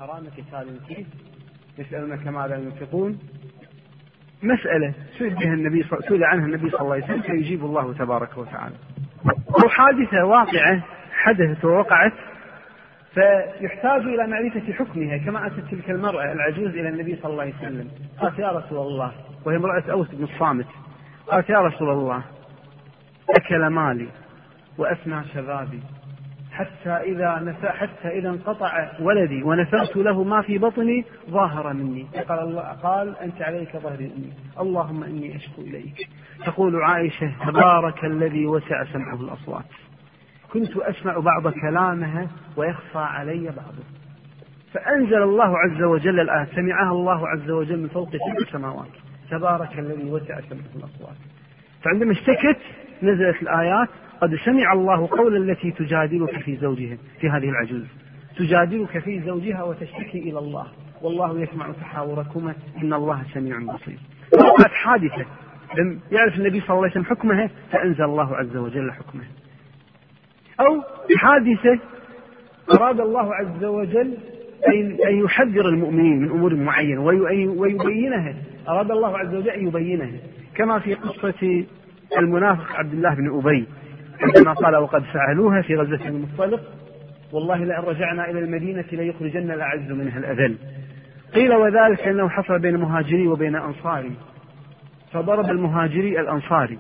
الحرام قتال فيه، يسألونك ماذا ينفقون، مسألة سئل عنها النبي صلى الله عليه وسلم فيجيب الله تبارك وتعالى. أو حادثة واقعة حدثت ووقعت فيحتاج إلى معرفة حكمها، كما أتت تلك المرأة العجوز إلى النبي صلى الله عليه وسلم قالت يا رسول الله، وهي امرأة أوس بن الصامت، قالت يا رسول الله أكل مالي وأفنى شبابي حتى إذا انقطع ولدي ونثرت له ما في بطني ظاهر مني. قال أنت عليك ظهري أمي، اللهم إني أشكو إليك. تقول عائشة تبارك الذي وسع سمعه الأصوات، كنت أسمع بعض كلامها ويخفى علي بعضه. فأنزل الله عز وجل الآية، سمعها الله عز وجل من فوق 7 سماوات، تبارك الذي وسع سمعه الأصوات. فعندما اشتكت نزلت الآيات قد سمع الله قول التي تجادلك في زوجها، في هذه العجوز تجادلك في زوجها وتشتكي إلى الله والله يسمع تحاوركما إن الله سميع بصير. وقعت حادثة لم يعرف النبي صلى الله عليه وسلم حكمها فأنزل الله عز وجل حكمها. أو حادثة أراد الله عز وجل أن يحذر المؤمنين من أمور معينة ويبينها، أراد الله عز وجل أن يبينها، كما في قصة المنافق عبد الله بن أبي عندما قال وقد فعلوها في غزوة المصطلق والله لئن رجعنا إلى المدينة ليخرجن الأعز منها الأذل. قيل وذلك أنه حصل بين مهاجري وبين أنصاري، فضرب المهاجري الأنصاري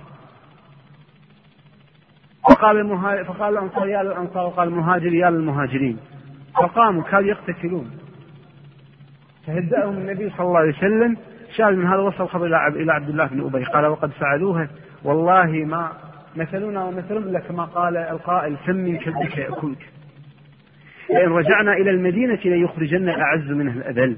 فقال الأنصار يا للأنصار وقال المهاجري يا للمهاجرين، فقاموا كانوا يقتتلون، فهدأهم النبي صلى الله عليه وسلم. شاهد من هذا وصل الخبر إلى عبد الله بن أبي قال وقد فعلوها والله ما مثلنا ومثلهم إلا كما قال القائل سم كلبك يأكلك، لئن رجعنا إلى المدينة ليخرجن الأعز منها الأذل.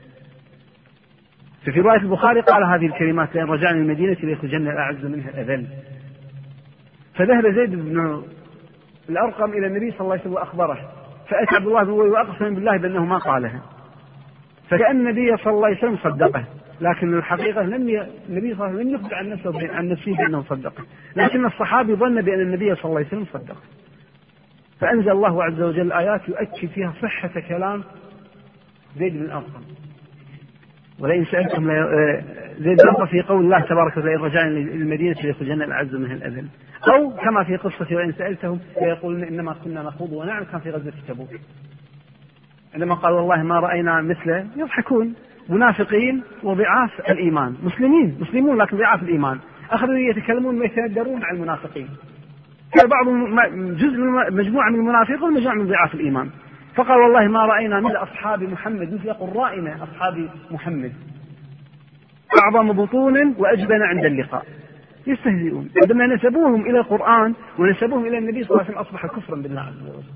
ففي رواية البخاري قال هذه الكلمات لئن رجعنا إلى المدينة ليخرجن الأعز منها الأذل. فذهب زيد بن الأرقم إلى النبي صلى الله عليه وسلم وأخبره، فأتى عبد الله بن أبي وأقسم بالله بأنه ما قالها، فكأن النبي صلى الله عليه وسلم صدقه، لكن الحقيقة النبي صلى الله عليه وسلم لم يخبر عن نفسه بأنه صدقه، لكن الصحابي ظن بأن النبي صلى الله عليه وسلم صدقه. فأنزل الله عز وجل آيات يؤكد فيها صحة كلام زيد بن الأرقم. ولئن سألتم زيد بن الأرقم في قول الله تبارك وتعالى رجعنا للمدينة ليخرجن الأعز منها الأذل، أو كما في قصة وإن سألتهم يقولون إنما كنا نخوض ونعم، كان في غزوة تبوك عندما قال والله ما رأينا مثله، يضحكون منافقين وضعاف الإيمان، مسلمون لكن ضعاف الإيمان، أخذوا يتكلمون ويتندرون مع المنافقين، كان بعضهم جزء من مجموعة من المنافقين ومجموعة من ضعاف الإيمان، فقال والله ما رأينا مثل أصحاب محمد، مثل قرائنا أصحاب محمد أعظم بطونا وأجبن عند اللقاء. يستهزئون. عندما نسبوهم إلى القرآن ونسبوهم إلى النبي صلى الله عليه وسلم أصبح كفرا بالله عز وجل.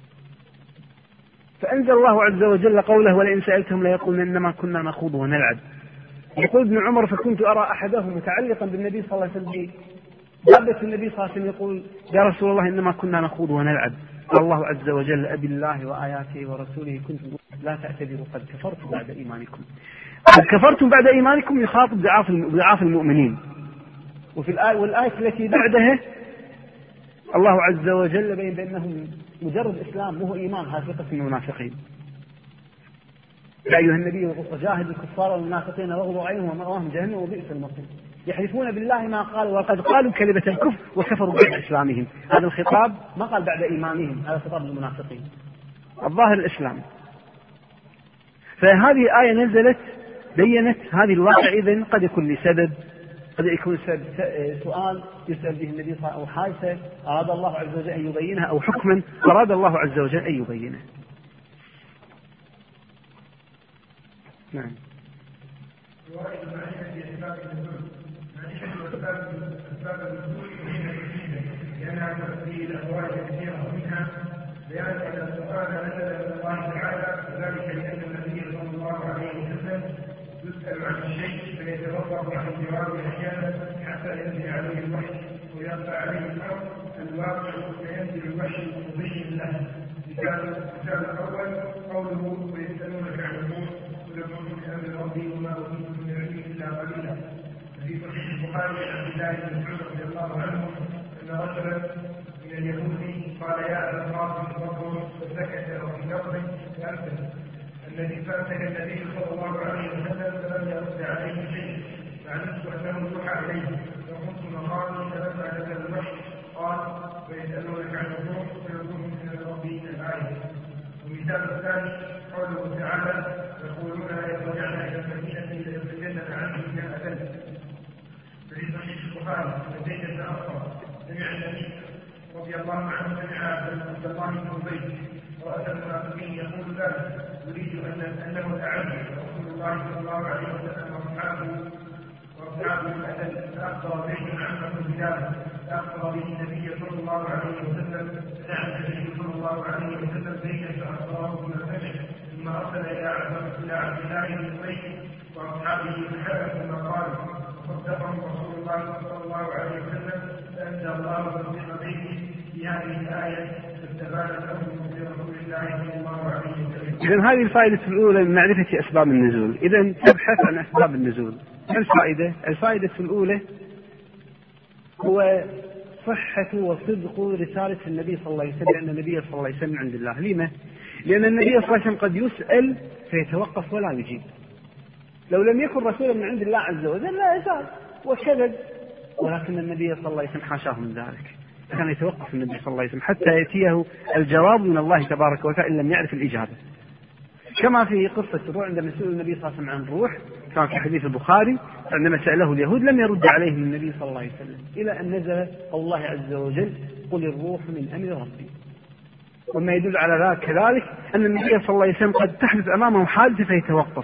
فأنزل الله عز وجل قوله ولئن سألتهم ليقولون إنما كنا نخوض ونلعب. يقول ابن عمر فكنت أرى أحدهم متعلقا بالنبي صلى الله عليه وسلم دابة النبي صلى الله عليه وسلم يقول يا رسول الله إنما كنا نخوض ونلعب. قال الله عز وجل أبي الله وآياته ورسوله كنتم لا تعتذروا قد كفرتم بعد إيمانكم. قد كفرتم بعد إيمانكم يخاطب ضعاف المؤمنين. وفي والآية التي بعدها الله عز وجل بين بأنهم مجرد إسلام مو إيمان، هذا قسم المنافقين. يا أيها النبي جاهد الكفار والمنافقين واغلظ عليهم ومأواهم جهنم وبئس المصير. يحلفون بالله ما قالوا وقد قالوا كلمة الكفر وكفروا بعد إسلامهم. هذا الخطاب ما قال بعد إيمانهم، هذا خطاب المنافقين الظاهر الإسلام. فهذه آية نزلت بينت هذه الواقع. إذن قد يكون لسبب، قد يكون سبب سؤال يسأل به النبي صلى الله عليه وسلم أو حادثة أراد الله عز وجل أن يبينها، أو حكما أراد الله عز وجل أن يبينه. نعم. لأنها تؤدي إلى أبواب كثيرة منها بيان أن القرآن نزل من الله تعالى، وذلك لأن النبي صلى الله عليه وسلم يسأل عن الشيء فيتوقف عن جوابه أحيانا حتى ينزل عليه الوحي ويرفع عليه الأمر الواقع فينزل الوحي مبين له. مثال الأول قوله ويسألونك عن الموت قل كنتم أمر ربي وما أوتيتم من العلم إلا قليلا. في صحيح البخاري عن عبد الله بن مسعود رضي الله عنه أن رجلا من اليهود قال يا أبا القاسم ربه فسكت وفي لفظ فأمسك أن الذي فاتك النبي صلى الله عليه وسلم فلم يرد عليه شيء فعلمت انه يوحى عليه فقلت مقالي فلم اعلم الوحي قال ويسالونك عن الروح فيقول من ربي الايه. والمثال الثاني قوله تعالى يقولون لا يرجعن الى المدينه ليصدن عنه من الاذل. ففي صحيح البخاري عن زيد بن ارقم سمع النبي رضي الله عنه سمع عبد الله بن زيد رأس المنافقين يقول ذلك يريد انه الاعز رسول الله صلى الله عليه وسلم واصحابه الاذل فاخبر زيد عمه بذلك فاخبر به النبي صلى الله عليه وسلم فدعا النبي صلى الله عليه وسلم زيدا فاخبره بما سمع ثم ارسل الى عبد الله بن زيد واصحابه فحدثوا ما قالوا وصدقهم رسول الله صلى الله عليه وسلم فانزل الله تصديق زيد في هذه الايه فاستبان الامر برسول الله صلى الله عليه وسلم. إذن هذه الفائدة الأولى من معرفة أسباب النزول. إذن تبحث عن أسباب النزول. ما الفائدة؟ الفائدة الأولى هو صحة وصدق رسالة النبي صلى الله عليه وسلم، لأن النبي صلى الله عليه وسلم عند الله. لما؟ لأن النبي صلى الله عليه وسلم قد يسأل فيتوقف ولا يجيب. لو لم يكن رسولا من عند الله عز وجل لا يزال وكذب، ولكن النبي صلى الله عليه وسلم حاشاه من ذلك، كان يتوقف النبي صلى الله عليه وسلم حتى يأتيه الجواب من الله تبارك وتعالى إن لم يعرف الإجابة. كما في قصة الروح عندما سئل النبي صلى الله عليه وسلم عن الروح، كان في حديث البخاري عندما سأله اليهود لم يرد عليهم النبي صلى الله عليه وسلم إلى أن نزل الله عز وجل قل الروح من أمر ربي. وما يدل على ذلك كذلك أن النبي صلى الله عليه وسلم قد تحدث أمامه حادثة فيتوقف،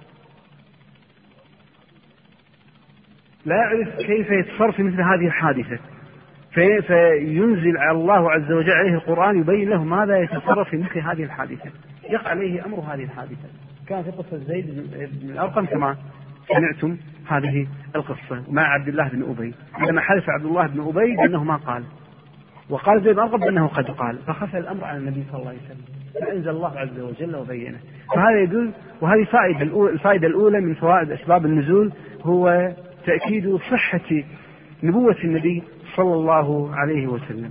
لا يعرف كيف يتصرف في مثل هذه الحادثة، فينزل على الله عز وجل عليه القرآن يبين له ماذا يتصرف في مثل هذه الحادثة، يقع عليه أمر هذه الحادثة. كان في قصة زيد بن الأرقم كما سمعتم هذه القصة مع عبد الله بن أبي، عندما حلف عبد الله بن أبي بأنه ما قال، وقال زيد بن الأرقم بأنه قد قال، فخفى الأمر على النبي صلى الله عليه وسلم فأنزل الله عز وجل وبينه. فهذا يدل، وهذه الفائدة الأولى من فوائد أسباب النزول هو تأكيد صحة نبوة النبي صلى الله عليه وسلم.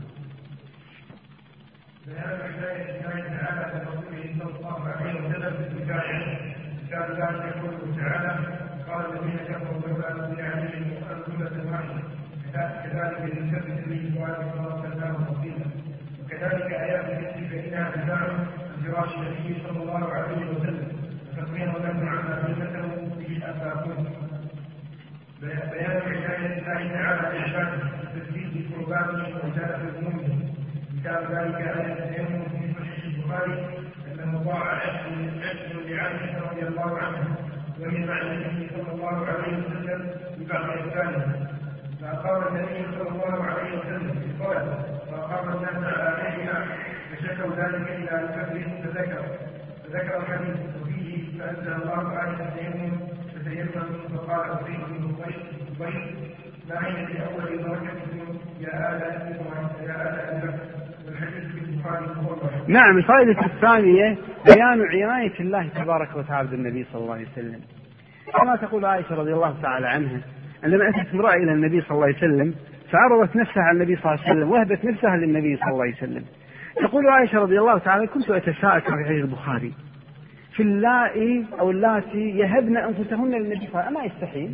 وكذلك آيات التي فإنها دفاع عن فراش النبي صلى الله عليه وسلم وتقرير له عما علمته به الآفاقون. بيان عناية الله تعالى بعباده وتسديد قربانه وإزالة ذنوبه. مثال ذلك آية التيمم في صحيح البخاري أنه ضاع عبد لعائشة رضي الله عنها وهي مع النبي صلى الله عليه وسلم ببعض أسفاره، فأقام النبي صلى الله عليه وسلم في الصلاة وأقام الناس على عليها فشكوا ذلك إلى أبي بكر فذكر الحديث وفيه فأنزل الله آية التيمم فتيمم فقال أصيب من الضيف ما هي في أول بركتكم يا آل أبي بكر، والحديث في البخاري وغيره. نعم. الفائدة الثانية بيان عناية الله تبارك وتعالى بالنبي صلى الله عليه وسلم، كما تقول عائشة رضي الله تعالى عنها عندما أتت امرأة إلى النبي صلى الله عليه وسلم فعرضت نفسها على النبي صلى الله عليه وسلم وهبت نفسها للنبي صلى الله عليه وسلم. تقول عائشة رضي الله تعالى كنت أتساءل في حديث البخاري في اللائي أو اللاتي يهبن أنفسهن للنبي صلى الله عليه وسلم، أما يستحيل؟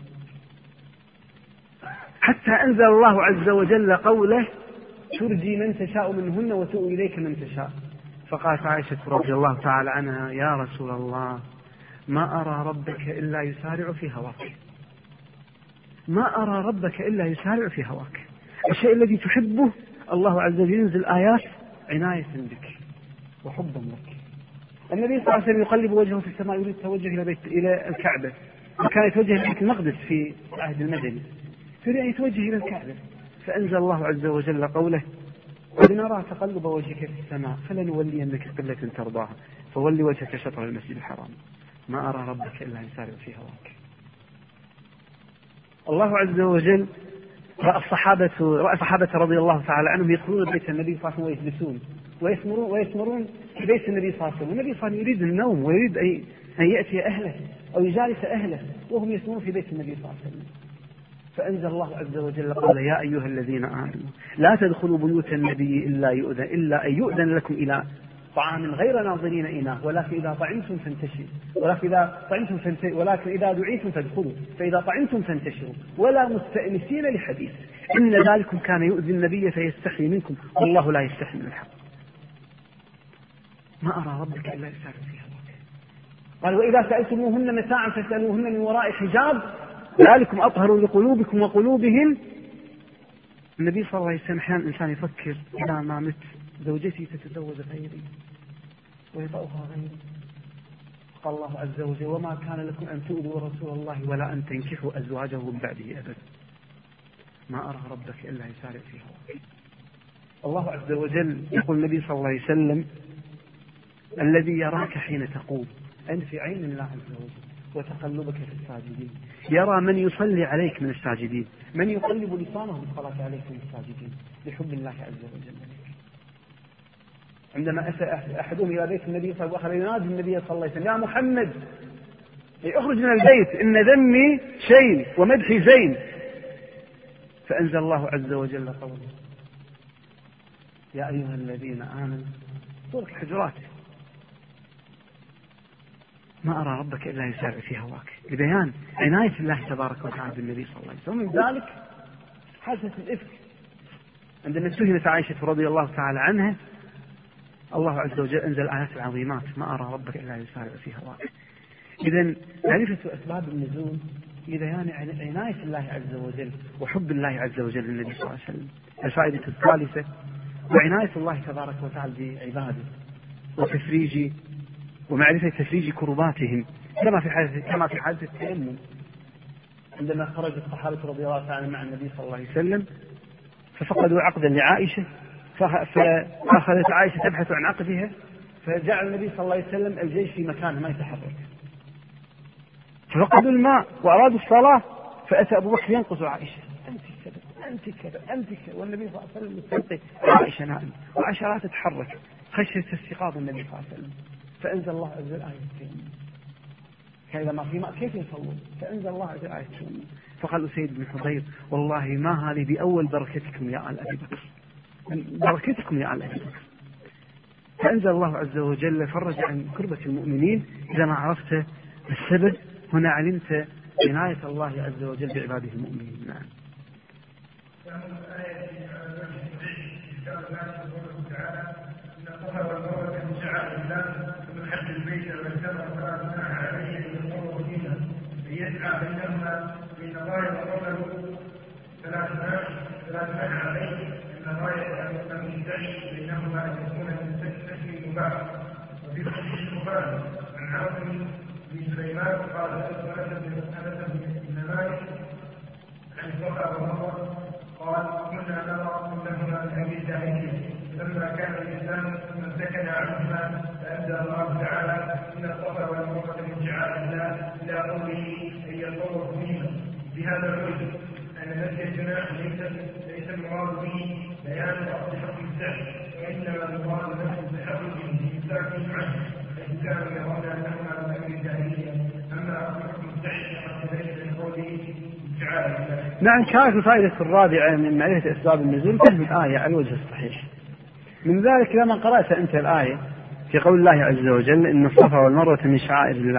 حتى أنزل الله عز وجل قوله ترجي من تشاء منهن وتؤوي إليك من تشاء. فقالت عائشة رضي الله تعالى عنها يا رسول الله ما أرى ربك إلا يسارع في هواك، ما أرى ربك إلا يسارع في هواك. الشيء الذي تحبه الله عز وجل ينزل آيات عناية بك وحبا لك. النبي صلى الله عليه وسلم يقلب وجهه في السماء يريد توجه إلى الكعبة، وكان يتوجه إلى بيت المقدس في عهد المدني، يريد أن يتوجه إلى الكعبة، فأنزل الله عز وجل قوله قد نرى تقلب وجهك في السماء فلنولينك قبلة ترضاها فولي وجهك شطر المسجد الحرام ما أرى ربك إلا يسارع في هواك. الله عز وجل رأى الصحابة رضي الله تعالى عنهم يدخلون بيت النبي صلى الله عليه وسلم ويجلسون ويثمرون في بيت النبي صلى الله عليه وسلم، والنبي صلى الله عليه وسلم يريد النوم ويريد أن يأتي أهله أو يجالس أهله وهم يثمرون في بيت النبي صلى الله عليه وسلم. فأنزل الله عز وجل قال يا أيها الذين آمنوا لا تدخلوا بيوت النبي إلا أن يؤذن لكم إلى طعام غير ناظرين إناه ولكن إذا طعمتم فانتشروا ولكن إذا دعيتم فادخلوا فإذا طعمتم فانتشروا ولا مستأنسين لحديث إن ذلكم كان يؤذي النبي فيستحي منكم والله لا يستحي من الحق. ما أرى ربك إلا يسار فيها. قال وإذا سألتموهن متاعا فاسألوهن من وراء حجاب ذلكم أطهر لقلوبكم وقلوبهم. النبي صلى الله عليه وسلم أحيانا الإنسان يفكر إذا ما مت زوجتي تتزوج غيري ويطأها غيري. قال الله عز وجل وما كان لكم أن تؤذوا رسول الله ولا أن تنكحوا أزواجه من بعده أبدا. ما أرى ربك إلا يسارع فيها. الله عز وجل يقول النبي صلى الله عليه وسلم الذي يراك حين تقوم أنت في عين الله عز وجل وتقلبك في الساجدين يرى من يصلي عليك من الساجدين من يقلب لسانه بالصلاة عليك من الساجدين لحب الله عز وجل. عندما أتى أحدهم إلى بيت النبي صلى الله عليه وسلم ينادي النبي صلى الله عليه وسلم يا محمد اخرج من البيت إن ذمي شين ومدحي زين. فأنزل الله عز وجل قوله يا أيها الذين آمنوا سورة الحجرات ما أرى ربك إلا يسارع في هواك لبيان عناية الله تبارك وتعالى بالنبي صلى الله عليه وسلم. ومن ذلك حادثة الإفك عندما سئلت عائشة رضي الله تعالى عنها الله عز وجل أنزل آيات عظيمات ما أرى ربك إلا يسارع في هواك. إذن معرفة أسباب النزول لبيان عناية الله عز وجل وحب الله عز وجل للنبي صلى الله عليه وسلم. الفائدة الثالثة وعناية الله تبارك وتعالى بعباده وتفريج ومعرفة تفريج كرباتهم كما في حادثة التيمم عندما خرج الصحابة رضي الله تعالى مع النبي صلى الله عليه وسلم ففقدوا عقدا لعائشة فأخذت عائشة تبحث عن عقدها فجعل النبي صلى الله عليه وسلم الجيش في مكانه ما يتحرك ففقدوا الماء وأرادوا الصلاة فأتى أبو بكر ينقذ عائشة أنت كذا والنبي صلى الله عليه وسلم يستلقي عائشة نائمة وعائشة لا تتحرك خشية استيقاظ النبي صلى الله عليه وسلم. فأنزل الله عز وجل آية إذا ما في ماء كيف يصلون فأنزل الله عز وجل آية فقال سيد بن حضير والله ما هذه بأول بركتكم يا آل أبي بكر بركتكم يا آل أبي بكر. فأنزل الله عز وجل فرج عن كربة المؤمنين إذا ما عرفت السبب هنا علمت عناية الله عز وجل بعباده المؤمنين. نعم. يسعى بينهما من غاية قوله ثلاث عليه أن غاية أن يستعي بينهما أن يكون من تسليم مباح. وفي حديث المباح عن عاصم بن سليمان قال أنس بن مالك عن الصفا والمروة قال كنا نرى أنهما من أهل الجاهلية لما كان الإسلام امتكن عنهما فأنزل الله تعالى إن الصفا والمروة من شعائر الله إلى قوله أن يطوف بهما. بهذا الوجه أن نفي الجناح ليس المراد به بيان أصل حكم السعي وإنما المراد نفي التحرج بإمساكهم عنه حيث كانوا يرون أنهما من أهل الجاهلية. أما أصل حكم السعي فقد ليس من قوله شعائر الله. نعم. كانت الفائدة الرابعة من معرفة أسباب النزول فهم الآية على الوجه الصحيح. من ذلك لما قرأت أنت الآية في قول الله عز وجل إن الصفا والمروة من شعائر الله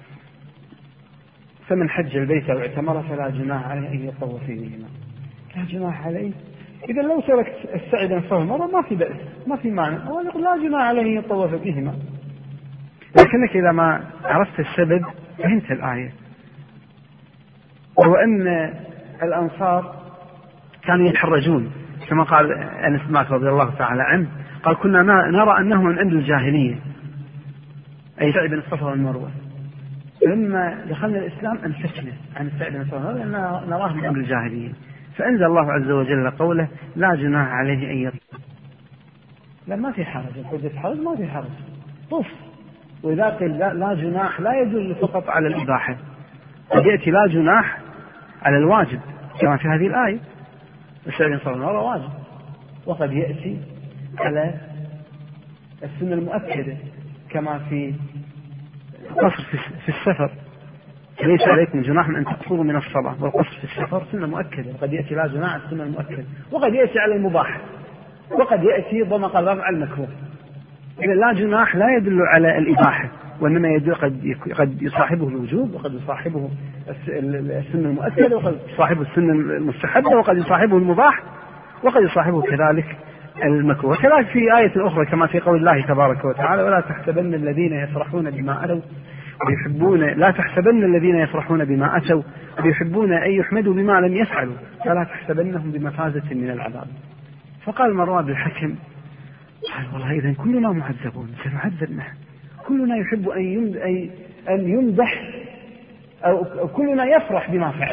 فمن حج البيت أو اعتمر فلا جناح عليه أن يطوف فيهما. لا جناح عليه. إذا لو سلك السعي بين الصفا والمروة ما في بأس ما في معنى هو يقول لا جناح عليه أن يطوف فيهما. لكنك إذا ما عرفت السبب فهمت الآية. وهو أن الأنصار كانوا يتحرجون كما قال أنس بن مالك رضي الله تعالى عنه قال كنا نرى أنه من عند الجاهلية أي سعي بين الصفا والمروة. لما دخلنا الإسلام أمسكنا عن السعي بين الصفا والمروة لأننا نراه من عند الجاهلية. فأنزل الله عز وجل قوله لا جناح عليه أن يطوف. لا ما في حرج الحجة حرج ما في حرج طوف. وإذا قيل لا جناح لا يدل فقط على الإباحة قد يأتي لا جناح على الواجب كما في هذه الآية السعي بين الصفا والمروة واجب وقد يأتي على السنة المؤكدة كما في القصر في السفر ليس عليكم جناح أن تقصروا من الصلاة والقصر في السفر سنة مؤكدة وقد يأتي لا جناح على السنة المؤكدة وقد يأتي على المباح وقد يأتي ضمن الرفع المكروه إذا لا جناح لا يدل على الإباحة، وإنما يدل قد يصاحبه الوجوب، وقد يصاحبه السنة المؤكدة، وقد يصاحبه السنة المستحبة، وقد يصاحبه المباح، وقد يصاحبه كذلك المكروه. وكذلك في آية أخرى كما في قول الله تبارك وتعالى: ولا تحسبن الذين يفرحون بما أتوا ويحبون لا تحسبن الذين يفرحون بما أتوا ويحبون أن يحمدوا بما لم يفعلوا فلا تحسبنهم بمفازة من العذاب. فقال مروان بن الحكم: قال والله إذا كلنا معذبون، سنعذب نحن، كلنا يحب أن يمدح، أو كلنا يفرح بما فعل.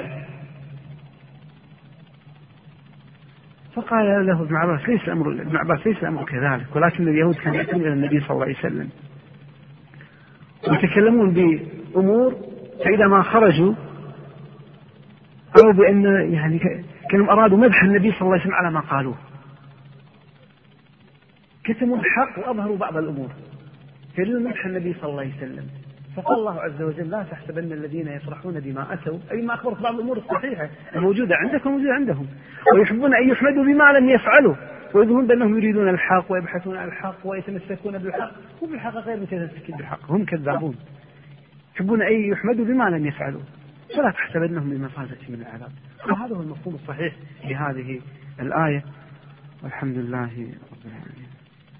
فقال له ابن عباس: ليس الأمر كذلك، ولكن اليهود كانوا يأتون إلى النبي صلى الله عليه وسلم ويتكلمون بأمور، فإذا ما خرجوا أو بأن يعني كانوا أرادوا مدح النبي صلى الله عليه وسلم على ما قالوه، كتموا الحق وأظهروا بعض الأمور يريدون مدح النبي صلى الله عليه وسلم. فقال الله عز وجل: لا تحسبن الذين يفرحون بما أتوا، أي ما أخبرت بعض الأمور الصحيحة الموجودة عندكم موجودة عندهم، ويحبون أن يحمدوا بما لم يفعلوا، ويظهرون بأنهم يريدون الحق ويبحثون عن الحق ويتمسكون بالحق، وبالحق غير متمسكين بالحق، هم كذابون. يحبون أن يحمدوا بما لم يفعلوا فلا تحسبنهم بمفازة من العذاب. وهذا هو المفهوم الصحيح لهذه الآية، والحمد لله رب العالمين.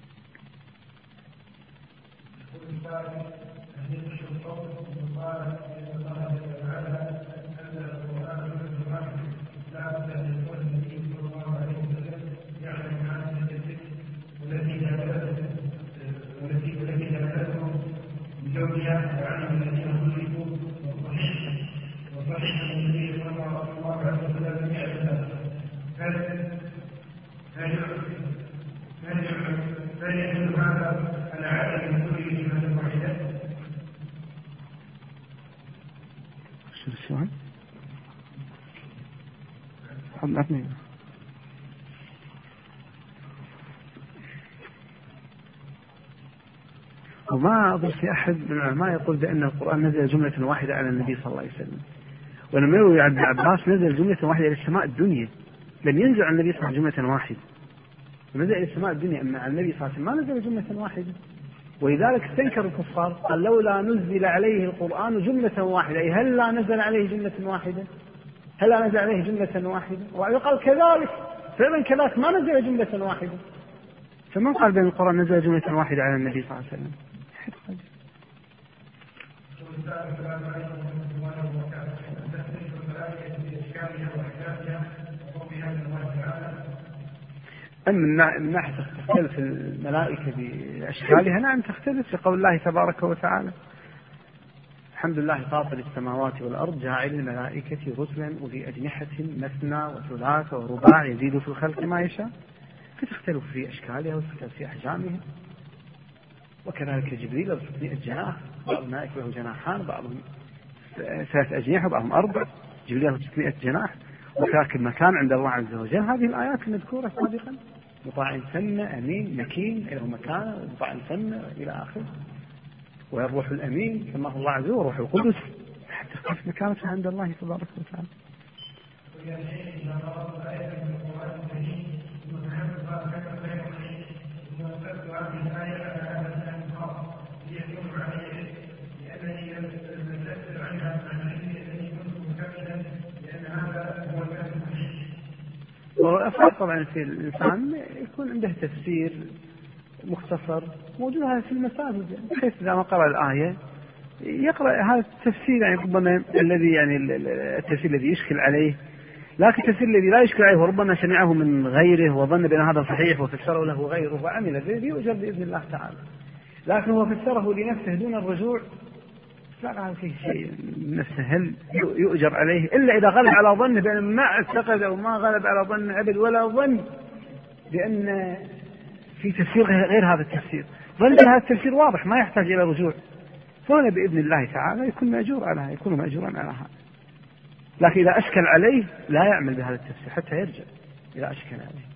وما أظن في أحد من العلماء يقول بأن القرآن نزل جملة واحدة على النبي صلى الله عليه وسلم، ولما يروي عن ابن عباس نزل جملة واحدة إلى السماء الدنيا، لم ينزل على النبي صلى الله عليه وسلم جملة واحدة، نزل إلى السماء الدنيا، أما على النبي صلى الله عليه وسلم ما نزل جملة واحدة. ولذلك استنكر الكفار، قال: لولا نزل عليه القرآن جملة واحدة، أي هل لا نزل عليه جملة واحدة؟ هل لا نزل عليه جملة واحدة؟ وقال كذلك، فعلا كذلك ما نزل جملة واحدة. فمن قال بأن القرآن نزل جملة واحدة على النبي صلى الله عليه وسلم؟ أما من ناحية تختلف الملائكة بأشكالها، نعم تختلف، في قول الله تبارك وتعالى: الحمد لله فاطر السماوات والأرض جاعل الملائكة رسلا أولي أجنحة مثنى وثلاث ورباع يزيد في الخلق ما يشاء. فتختلف في أشكالها وتختلف في أحجامها. وكذلك جبريل له 600 جناح، بعض الملائكة له جناحان، بعضهم 3 أجنحة وبعضهم 4. جبريل له 600 جناح. وكذلك المكان عند الله عز وجل، هذه الآيات المذكورة سابقا: مطاع ثم أمين مكين، له مكانه، ومطاع ثم إلى آخره. والروح الأمين كما هو الله عز وجل، وروح القدس، حتى تختلف مكانتها عند الله تبارك وتعالى. والأفضل طبعا في الإنسان يكون عنده تفسير مختصر موجود هذا في المساجد، بحيث إذا ما قرأ الآية يقرأ هذا التفسير، يعني ربما الذي يعني التفسير الذي يشكل عليه، لكن التفسير الذي لا يشكل عليه وربما سمعه من غيره وظن بأن هذا صحيح وفسره له غيره وعمل به يؤجر بإذن الله تعالى. لكن هو فسره لنفسه دون الرجوع، لا فيه شيء نفسه هل يؤجر عليه إلا إذا غلب على ظنه بأن ما اعتقد أو ما غلب على ظنه أبد، ولا ظن بأن في تفسير غير هذا التفسير، ظن بأن هذا التفسير واضح ما يحتاج إلى رجوع، فهنا بإذن الله تعالى يكون مأجورا على هذا. لكن إذا أشكل عليه لا يعمل بهذا التفسير حتى يرجع إذا أشكل عليه.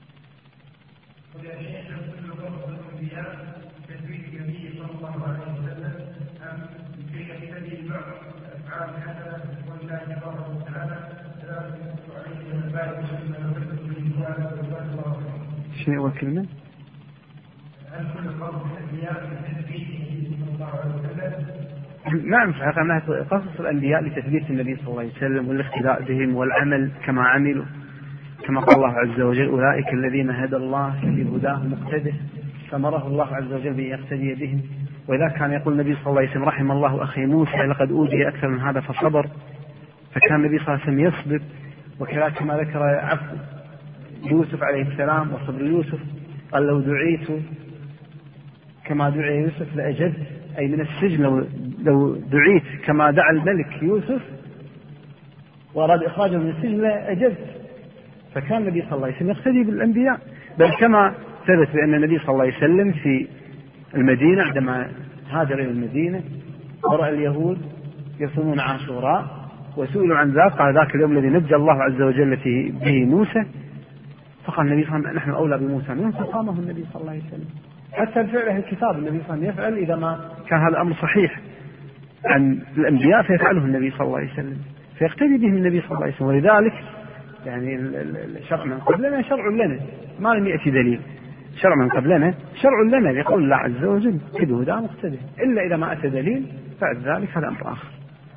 شنو هو الكلمة؟ نعم، في الحقيقة أنها قصص الأنبياء لتثبيت النبي صلى الله عليه وسلم والاقتداء بهم والعمل كما عملوا، كما قال الله عز وجل: أولئك الذين هدى الله فبهداه مقتده، فأمره الله عز وجل بأن يقتدي بهم. وإذا كان يقول النبي صلى الله عليه وسلم: رحم الله أخي موسى لقد أوذي أكثر من هذا فصبر، فكان النبي صلى الله عليه وسلم يصبر. وكذلك كما ذكر عفو يوسف عليه السلام وصبر يوسف، قال: لو دعيت كما دعي يوسف لأجبت، أي من السجن لو دعيت كما دعا الملك يوسف وأراد إخراجه من السجن لأجبت. فكان النبي صلى الله عليه وسلم يقتدي بالأنبياء، بل كما ثبت بأن النبي صلى الله عليه وسلم في المدينة عندما هاجر إلى المدينة ورأى اليهود يصومون عاشوراء وسئلوا عن ذلك، قال: ذاك اليوم الذي نجى الله عز وجل به موسى. فقال النبي صلى الله عليه وسلم: نحن أولى بموسى منه، فقامه النبي صلى الله عليه وسلم. حتى بفعله الكتاب النبي صلى الله عليه وسلم يفعل إذا ما كان هذا الأمر صحيح عن الأنبياء فيفعله النبي صلى الله عليه وسلم، فيقتدي به النبي صلى الله عليه وسلم. ولذلك يعني الشرع من قبلنا شرع لنا، ما لم يأتي دليل. شرع من قبلنا شرع لنا، يقول الله عز وجل: كده هدى مقتدى، إلا إذا ما أتى دليل بعد ذلك هذا أمر آخر.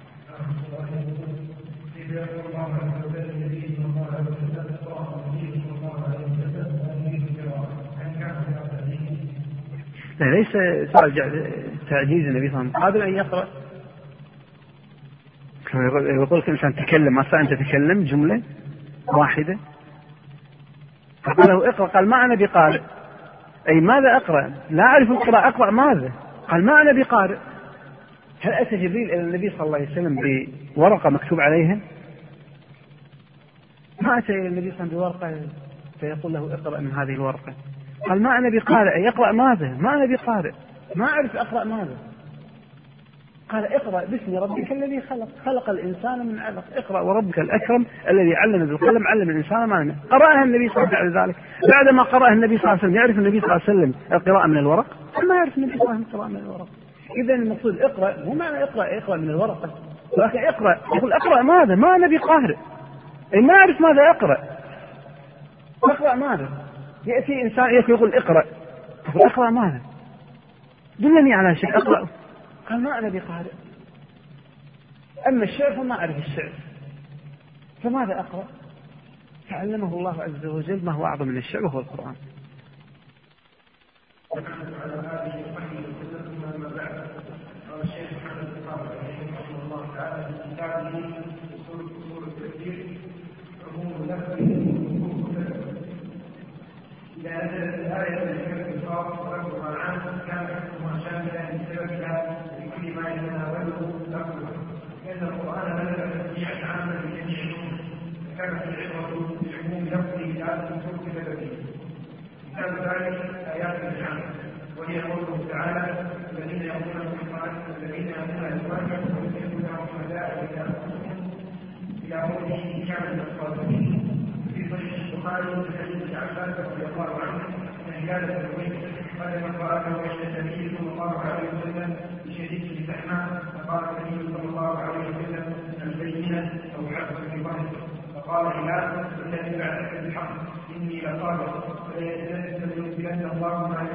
ليس سؤال تعجيز النبي صلى الله عليه وسلم، قادر أن يقرأ. يقول لك إنسان تكلم، ما أنت تتكلم جملة واحدة، فقال له: اقرأ. قال: ما أنا بقارئ. أي ماذا أقرأ؟ لا أعرف القراءة، أقرأ ماذا؟ قال: ما أنا بقارئ. هل أتى جبريل إلى النبي صلى الله عليه وسلم بورقة مكتوب عليها؟ ما أتى إلى النبي صلى الله عليه وسلم بورقة فيقول له: اقرأ من هذه الورقة. قال: ما أنا بقارئ. يقرأ ماذا؟ ما أنا بقارئ، ما أعرف أقرأ ماذا. قال: اقرأ باسم ربك الذي خلق الإنسان من علق، اقرأ وربك الأكرم الذي علم بالقلم علم الإنسان ما لم يعلم. قرأها النبي صلى الله عليه وسلم. ذلك بعدما قرأها النبي صلى الله عليه وسلم، يعرف النبي صلى الله عليه وسلم القراءة من الورق؟ ما يعرف النبي صلى الله عليه وسلم القراءة من الورق. إذا المقصود اقرأ، مو معنى اقرأ من الورقة، ولكن اقرأ. يقول: اقرأ ماذا؟ ما أنا بقارئ، أي ما أعرف ماذا أقرأ. اقرأ ماذا؟ يأتي إنسان يقول: اقرأ. يقول: اقرأ ماذا؟ دلني على شيء أقرأ. قال: ما أنا بقارئ. أما الشعر فما أعرف الشعر، فماذا أقرأ؟ فعلمه الله عز وجل ما هو أعظم من الشعر وهو القرآن. إذا نزلت الآية التي الخاص ولفظها عام كان حكمها شاملا لسببها لكل ما يتناوله لفظها، لأن القرآن نزل تشريعا عاما لجميع الأمم، فكانت العبرة بعموم لفظه لا بخصوص سببه. مثال ذلك آيات الأنعام، وهي قوله تعالى: الذين يقولون أزواجهم ويتخذونهم شهداء إلى أنفسهم إلى قوله كان من الصادقين. في صحيح البخاري من حديث عباس رضي الله عنه أن هلال البيت قال: من رآه وجد النبي صلى الله عليه وسلم بشديد الزحمة، فقال النبي صلى الله عليه وسلم: البينة أو عبد الله. فقال: هلال الذي بعثك بالحق إني لصادق، فلينزلن الله ما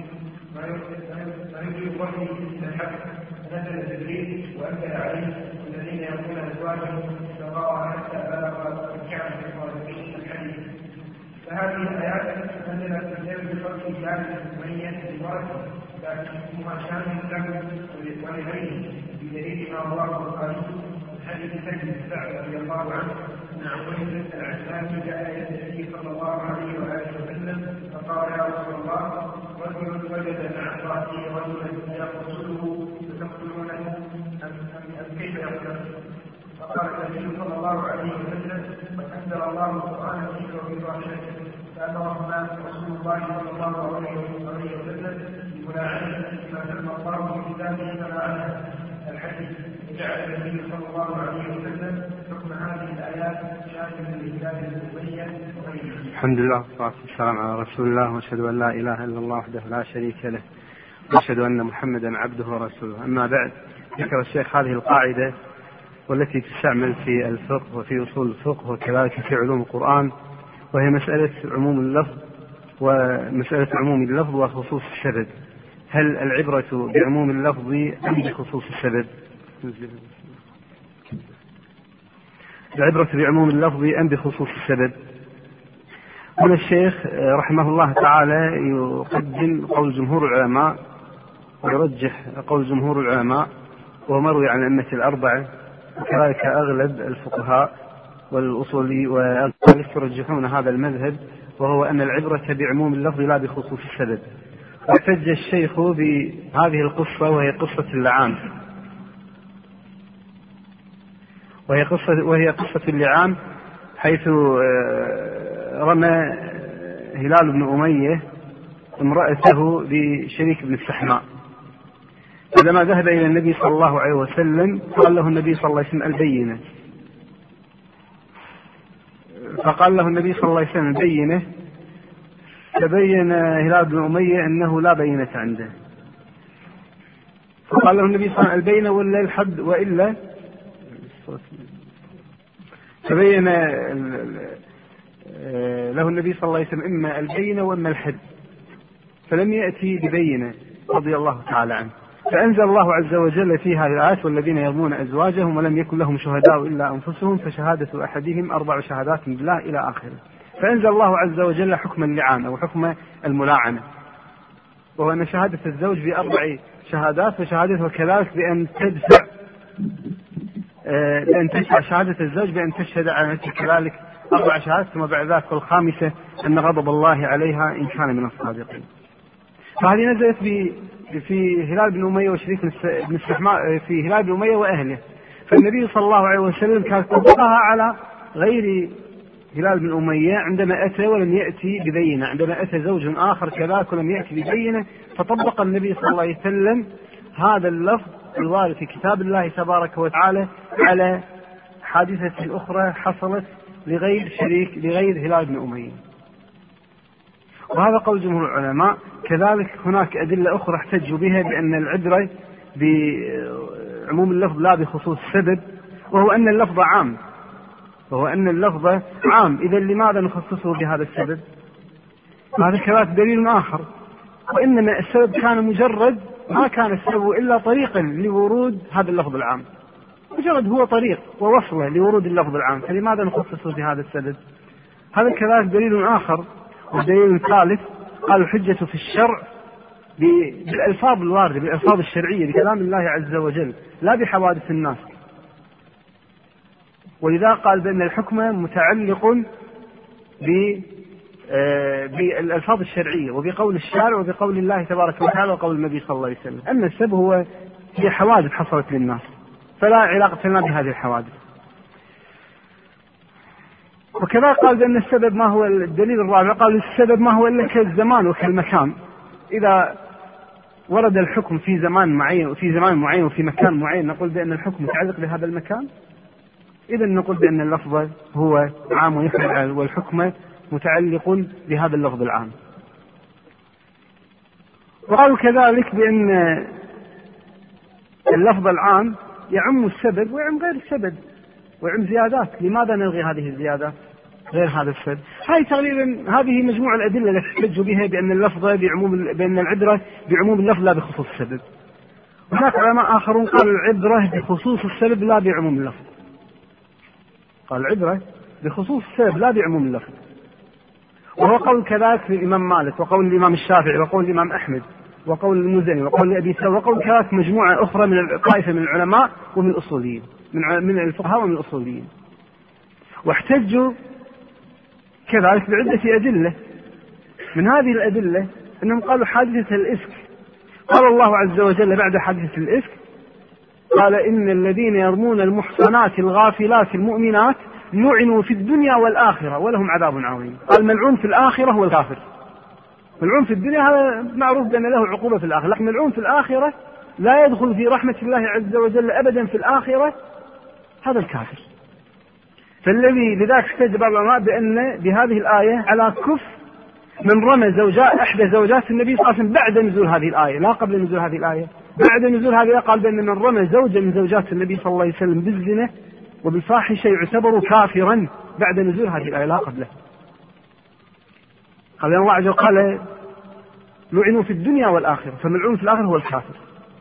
يرجي وحي إلا الحق. نزل جبريل وأنزل عليه: الذين يقولون أزواجهم فقرأ حتى بلغ الكعب الصادقين الحديث. فهذه الآيات نزلت بسبب فضل ذلك المميز بالورد، لكن حكمها شامل له ولغيره بدليل ما رواه البخاري من حديث سهل بن سعد رضي الله عنه أن عبيد العسلاني جاء إلى النبي صلى الله عليه وآله وسلم فقال: يا رسول الله، رجل وجد مع امرأته رجلا يقتله فتقتلونه أم كيف يقتل؟ فقال النبي صلى الله عليه وسلم: أنزل الله القرآن فيه وفي ظاهرته، فأمرهما رسول الله صلى الله عليه وسلم بملاعنته ما سمى الله في كتابه فلاعنه الحديث. وجعل النبي صلى الله عليه وسلم حكم هذه الآيات شاملا للكتاب المبين وغيره. الحمد لله والصلاة والسلام على رسول الله، وأشهد أن لا إله إلا الله وحده لا شريك له، وأشهد أن محمدا عبده ورسوله. أما بعد، ذكر الشيخ هذه القاعدة والتي تستعمل في الفقه وفي أصول الفقه وكذلك في علوم القرآن، وهي مسألة عموم اللفظ ومسألة عموم اللفظ وخصوص السبب. هل العبرة بعموم اللفظ أم بخصوص السبب؟ العبرة بعموم اللفظ أم بخصوص السبب؟ هنا الشيخ رحمه الله تعالى يقدم قول جمهور العلماء ويرجح قول جمهور العلماء وهو مروي عن الأئمة الأربعة، وكذلك أغلب الفقهاء والأصولي والثالث يرجحون هذا المذهب، وهو أن العبرة بعموم اللفظ لا بخصوص السبب. واحتج الشيخ بهذه القصة وهي قصة اللعان، وهي قصة اللعان، حيث رمى هلال بن أمية امرأته بشريك بن السحماء. فلما ذهب إلى النبي صلى الله عليه وسلم قال له النبي صلى الله عليه وسلم البينة، فقال له النبي صلى الله عليه وسلم البينة، تبين هلال بن أمية أنه لا بينة عنده، فقال له النبي صلى الله عليه وسلم البينة ولا الحد، وإلا تبين له النبي صلى الله عليه وسلم إما البينة وإما الحد، فلم يأتي ببينة رضي الله تعالى عنه. فأنزل الله عز وجل في هذه الآيات والذين يرمون أزواجهم ولم يكن لهم شهداء إلا أنفسهم فشهادة أحدهم 4 شهادات بالله إلى آخره. فأنزل الله عز وجل حكم اللعان أو حكم الملاعنة، وهو أن شهادة الزوج ب4 شهادات، وشهادته كذلك بأن تدفع شهادة الزوج بأن تشهد على نفسه كذلك 4 شهادات، ثم بعد ذلك والخامسة أن غضب الله عليها إن كان من الصادقين. فهذه نزلت في هلال بن أمية وشريك بن السحماء، في هلال بن أمية وأهله، فالنبي صلى الله عليه وسلم كان طبقها على غير هلال بن أمية عندما أتى ولم يأتي ببينة، عندما أتى زوج آخر كذلك ولم يأتي ببينة، فطبق النبي صلى الله عليه وسلم هذا اللفظ الوارد في كتاب الله تبارك وتعالى على حادثة أخرى حصلت لغير هلال بن أمية. وهذا قول جمهور العلماء. كذلك هناك أدلة أخرى احتجوا بها بأن العبرة بعموم اللفظ لا بخصوص السبب، وهو أن اللفظ عام، إذا لماذا نخصصه بهذا السبب؟ هذا كذلك دليل آخر، وإنما السبب كان مجرد، ما كان السبب إلا طريقا لورود هذا اللفظ العام، مجرد هو طريق ووصله لورود اللفظ العام، فلماذا نخصصه بهذا السبب؟ هذا كذلك دليل آخر. والدليل الثالث قال الحجة في الشرع بالألفاظ الواردة، بالألفاظ الشرعية بكلام الله عز وجل، لا بحوادث الناس. ولذا قال بأن الحكم متعلق بالألفاظ الشرعية وبقول الشارع وبقول الله تبارك وتعالى وقول النبي صلى الله عليه وسلم. أما السبب هي حوادث حصلت للناس، فلا علاقة لنا بهذه الحوادث. وكذا قال بأن السبب ما هو الدليل الرابع، قال السبب ما هو إلا كالزمان وكالمكان، إذا ورد الحكم في زمان معين وفي مكان معين نقول بأن الحكم متعلق بهذا المكان، إذا نقول بأن اللفظ هو عام ويحمل والحكم متعلق بهذا اللفظ العام. وقالوا كذلك بأن اللفظ العام يعم السبب ويعم غير السبب ويعم زيادات، لماذا نلغي هذه الزيادات غير هذا السبب؟ هذه تقريبا هذه مجموعة الأدلة التي احتجوا بها بأن اللفظ بأن العبرة بعموم اللفظ لا بخصوص السبب. هناك علماء آخرون قالوا العبرة بخصوص السبب لا بعموم اللفظ، قال العبرة بخصوص السبب لا بعموم اللفظ، وهو قول كذلك للإمام مالك وقول الإمام الشافعي وقول الإمام أحمد وقول المزني وقول أبي ثور وقول كذلك مجموعة أخرى من طائفة من العلماء ومن الأصوليين، من الفقهاء ومن الأصوليين. واحتجوا كذلك بعدة أدلة. من هذه الأدلة أنهم قالوا حادثة الإفك، قال الله عز وجل بعد حادثة الإفك قال إن الذين يرمون المحصنات الغافلات المؤمنات لعنوا في الدنيا والآخرة ولهم عذاب عظيم. قال ملعون في الآخرة هو الكافر. ملعون في الدنيا هذا معروف بأن له عقوبة في الآخرة، لكن ملعون في الآخرة لا يدخل في رحمة الله عز وجل أبدا في الآخرة، هذا الكافر. فالذي لذلك احتج بعض العلماء بأن بهذه الآية على كف من رمى إحدى زوجات النبي صلى الله عليه وسلم بعد نزول هذه الآية، لا قبل نزول هذه الآية. بعد نزول هذه الآية قال بأن من رمى زوجة من زوجات النبي صلى الله عليه وسلم بالزنا وبالفاحشة يعتبر كافرا بعد نزول هذه الآية لا قبله. قال الله عز وجل قال لعنوا في الدنيا والآخرة، فملعون في الآخرة هو الكافر.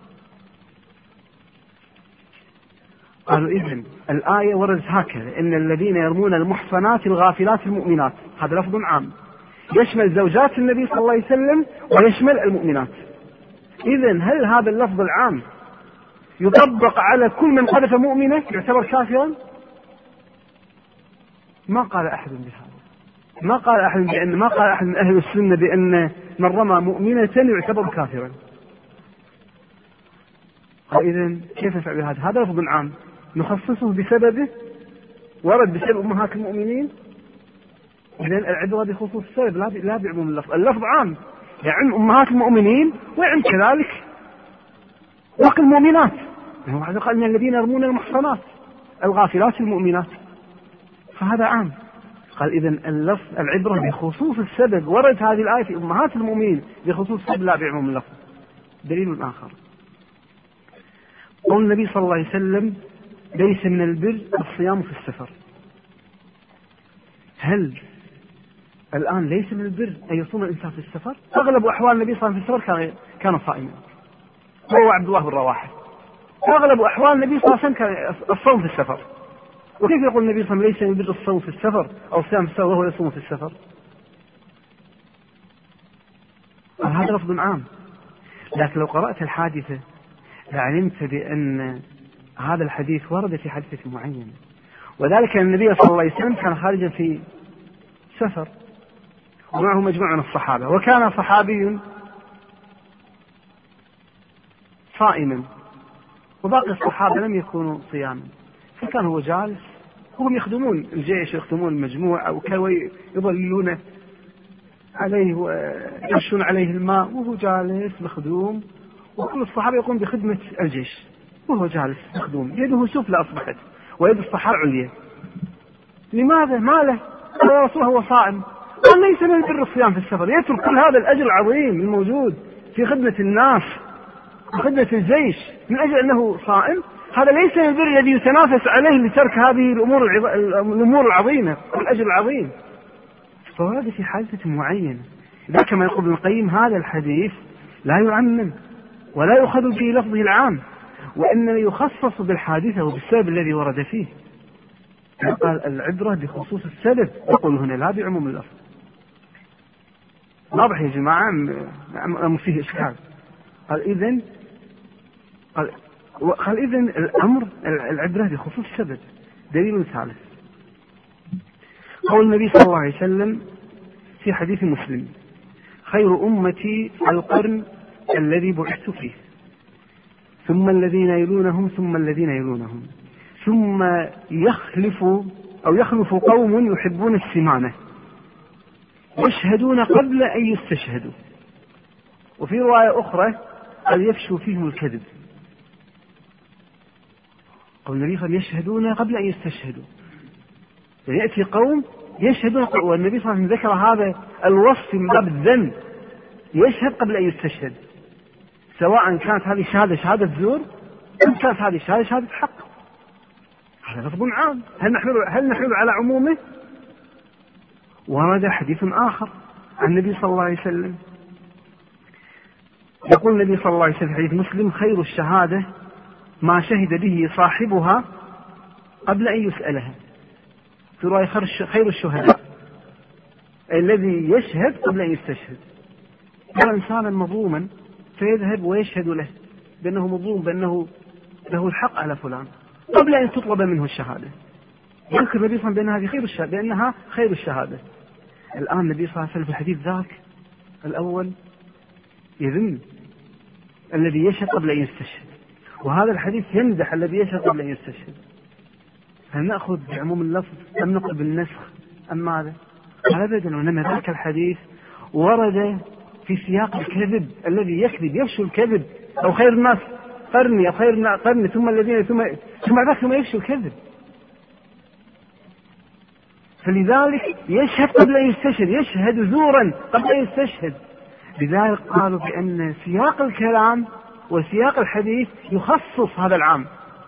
قالوا إذن الآية وردت هكذا: إن الذين يرمون المحصنات الغافلات المؤمنات، هذا لفظ عام يشمل زوجات النبي صلى الله عليه وسلم ويشمل المؤمنات. إذن هل هذا اللفظ العام يطبق على كل من قذف مؤمنة يعتبر كافرا؟ ما قال أحد بهذا، ما قال أحد من أهل السنة بأن من رمى مؤمنة يعتبر كافرا. إذن كيف نفعل بهذا؟ هذا لفظ عام نخصصه بسببه، ورد بسبب أمهات المؤمنين. إذن العبرة بخصوص السبب لا بعموم اللفظ. اللفظ عام يعم أمهات المؤمنين ويعم كذلك باقي المؤمنات. هذا قال من الذين يرمون المحصنات الغافلات المؤمنات، فهذا عام. قال إذن اللفظ العبرة بخصوص السبب، ورد هذه الآية في أمهات المؤمنين بخصوص السبب لا بعموم اللفظ. دليل آخر قول النبي صلى الله عليه وسلم: ليس من البر الصيام في السفر. هل الآن ليس من البر أن يصوم الإنسان في السفر؟ أغلب أحوال النبي صلى الله عليه وسلم في السفر كان صائما، هو عبد الله بن رواحة. أغلب أحوال النبي صلى الله عليه وسلم كان الصوم في السفر. وكيف يقول النبي صلى الله عليه وسلم ليس من البر الصوم في السفر أو الصيام في السفر وهو يصوم في السفر؟ هذا لفظ عام. لكن لو قرأت الحادثة لعلمت بأن هذا الحديث ورد في حادثة معينة، وذلك أن النبي صلى الله عليه وسلم كان خارجا في سفر ومعه مجموعة من الصحابة، وكان صحابي صائما وباقي الصحابة لم يكونوا صياما، فكان هو جالس، هم يخدمون الجيش ويخدمون المجموعة وكانوا يظللون عليه ويرشون عليه الماء وهو جالس مخدوم، وكل الصحابة يقوم بخدمة الجيش وهو جالس مخدوم، يده سفلى أصبحت ويد الصحابة عليا. لماذا؟ ما له؟ قال يا رسول هو صائم. قال ليس من البر الصيام في السفر، يترك كل هذا الأجر العظيم الموجود في خدمة الناس وخدمة الجيش من أجل أنه صائم. هذا ليس من البر الذي يتنافس عليه لترك هذه الأمور العظيمة والأجر العظيم. فورد في حادثة معينة. إذا كما يقول ابن القيم هذا الحديث لا يعمم ولا يؤخذ به لفظه العام، وإنما يخصص بالحادثة وبالسبب الذي ورد فيه. قال العبرة بخصوص السبب، يقول هنا لا بعموم اللفظ. واضح يا جماعة أم فيه إشكال؟ قال إذن الأمر العبرة بخصوص السبب. دليل ثالث قول النبي صلى الله عليه وسلم في حديث مسلم: خير أمتي القرن الذي بعثت فيه، ثم الذين يلونهم ثم الذين يلونهم، ثم يخلف قوم يحبون السمانة يشهدون قبل أن يستشهدوا، وفي رواية أخرى قال يفشوا فيهم الكذب. قول النبي صلى الله عليه وسلم يشهدون قبل أن يستشهدوا، يعني يأتي قوم يشهدون، والنبي صلى الله عليه وسلم ذكر هذا الوصف من باب الذنب، يشهد قبل أن يستشهد، سواء كانت هذه شهادة زور أم كانت هذه شهادة حق. هذا لفظ عام. هل نحمل على عمومه؟ ورد حديث آخر عن النبي صلى الله عليه وسلم، يقول النبي صلى الله عليه وسلم في حديث مسلم: خير الشهادة ما شهد به صاحبها قبل أن يسألها. في رواية خير الشهداء الذي يشهد قبل أن يستشهد. يرى إنسانا مظلوما فيذهب ويشهد له بأنه مظلوم، بأنه له الحق على فلان قبل أن تطلب منه الشهادة. يذكر النبي صلى الله عليه وسلم بأنها خير الشهادة. الآن النبي صلى الله عليه وسلم في الحديث ذاك الأول يذم الذي يشهد قبل أن يستشهد، وهذا الحديث يمدح الذي يشهد قبل أن يستشهد. هل نأخذ بعموم اللفظ أم نقل بالنسخ أم ماذا؟ أبدا، وإنما ذاك الحديث ورد في سياق الكذب، الذي يكذب يفشو الكذب، أو خير الناس قرني أو خير قرني ثم الذين ثم يفشو الكذب. فلذلك يشهد قبل أن يستشهد، يشهد زورا قبل أن يستشهد. لذلك قالوا بأن سياق الكلام وسياق الحديث يخصص هذا العام.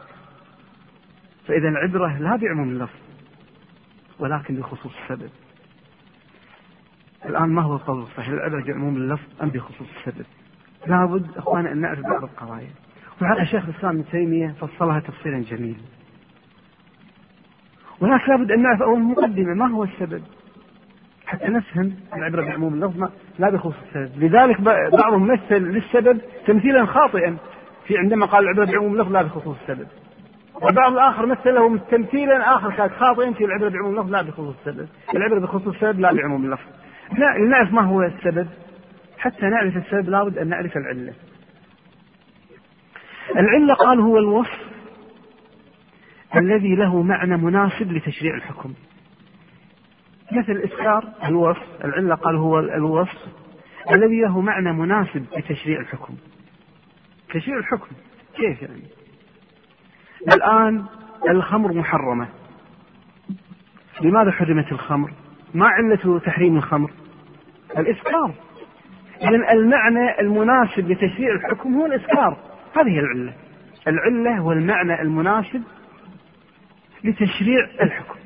فإذا العبرة لا بعموم اللفظ ولكن بخصوص السبب. الآن ما هو القول الصحيح؟ العبرة بعموم اللفظ أم بخصوص السبب؟ لابد أخوانا أن نعرف بعض القضايا، وهذا شيخ الإسلام ابن تيمية فصلها تفصيلا جميلا. ولكن لابد أن نعرف أول مقدمة ما هو السبب حتى نفهم العبرة بعموم اللفظ لا بخصوص السبب. لذلك بعضهم مثل للسبب تمثيلا خاطئا في عندما قال العبرة بعموم اللفظ لا بخصوص السبب، والبعض الآخر مثله تمثيلا آخر كان خاطئا في العبرة بعموم اللفظ لا بخصوص السبب. العبرة بخصوص السبب لا بعموم اللفظ. لنعرف ما هو السبب، حتى نعرف السبب لابد أن نعرف العلة. العلة قال هو الوصف الذي له معنى مناسب لتشريع الحكم، مثل الإسكار الوصف. العلة قال هو الوصف الذي له معنى مناسب لتشريع الحكم. تشريع الحكم كيف يعني؟ الآن الخمر محرمة، لماذا حرمت الخمر؟ ما علة تحريم الخمر؟ الإسكار. إذن المعنى المناسب لتشريع الحكم هو الإسكار، هذه العلة. العلة هو المعنى المناسب لتشريع الحكم،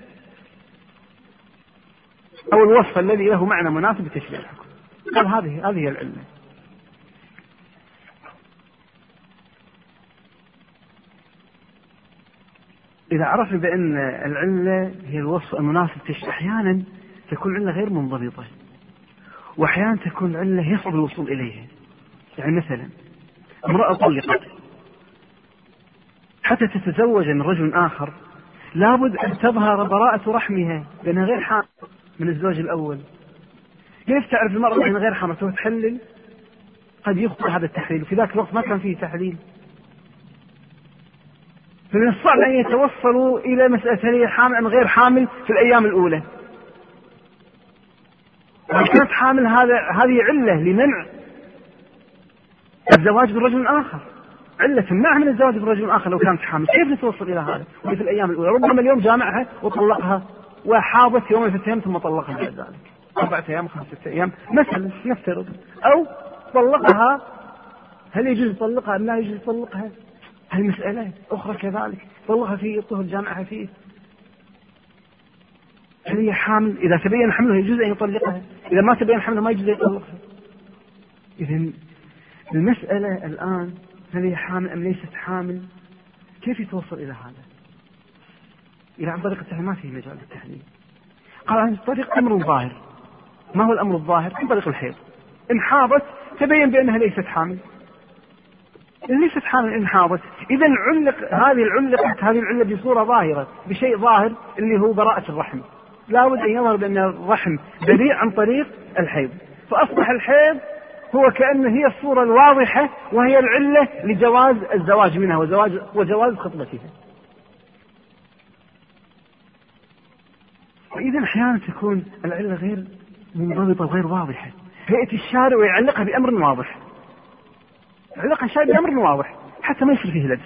أو الوصف الذي له معنى مناسب لتشريع الحكم. قال هذه العلة. إذا عرفنا بأن العلة هي الوصف المناسب لتشريع، أحيانا تكون العلة غير منضبطة، وأحيانا تكون العلة يصعب الوصول إليها. يعني مثلا امرأة طلقت حتى تتزوج من رجل آخر، لابد أن تظهر براءة رحمها لأنها غير حامل من الزواج الأول. كيف تعرف المرأة أنها غير حامل؟ تحلل، قد يخطئ هذا التحليل، وفي ذاك الوقت ما كان فيه تحليل. فمن الصعب أن يتوصلوا إلى مسألة هل هي حامل أم غير حامل في الأيام الأولى. لو كانت حامل هذه علة لمنع الزواج بالرجل الآخر، علة تمنعها من الزواج بالرجل الآخر لو كانت حامل. كيف نتوصل إلى هذا وفي الأيام الأولى؟ ربما اليوم جامعها وطلقها وحاضت يوم 6 أيام ثم طلقها بعد ذلك 4 أيام 5 أيام مثلا نفترض، أو طلقها. هل يجوز يطلقها أم لا يجوز يطلقها؟ هل مسألة أخرى كذلك. طلقها في طهر جامعها فيه. هل هي حامل؟ إذا تبين حملها يجوز أن يطلقها، إذا ما تبين حملها ما يجوز أن يطلقها. إذن المسألة الآن هل هي حامل أم ليست حامل؟ كيف يتوصل إلى هذا؟ إلى عن طريق التحليل ما فيه مجال للتحليل. قال عن طريق أمر ظاهر. ما هو الأمر الظاهر؟ عن طريق الحيض. إن حاضت تبين بأنها ليست حامل، إن ليست حامل إن حاضت. إذا هذه العلة بصورة ظاهرة بشيء ظاهر اللي هو براءة الرحم. لا بد أن يظهر بأن الرحم بريء عن طريق الحيض، فأصبح الحيض هو كأنه هي الصورة الواضحة وهي العلة لجواز الزواج منها وجواز خطبتها. وإذا أحيانا تكون العلة غير منضبطة وغير واضحة، فيأتي الشارع ويعلقها بأمر واضح، علقها الشارع بأمر واضح حتى ما يصير فيه لبس.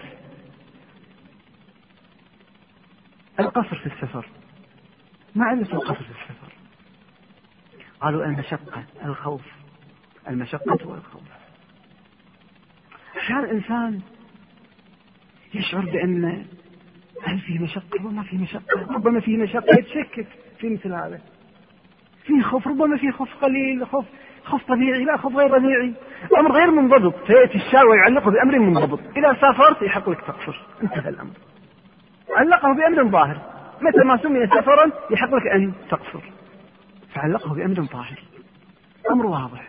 القصر في السفر، ما علة القصر في السفر؟ قالوا المشقة، الخوف، المشقة والخوف. أحيانا الإنسان يشعر بأن هل فيه مشقة وما فيه مشقة، ربما فيه مشقة يتشكك في مثل هذا. فيه خوف، ربما فيه خوف قليل، خوف طبيعي، لا خوف غير طبيعي، أمر غير منضبط. فيأتي الشارع ويعلقه بأمر منضبط. إذا سافرت يحق لك تقصر، انتهى الأمر. علقه بأمر ظاهر، متى ما سمي سفرا يحق لك أن تقصر، فعلقه بأمر ظاهر، أمر واضح.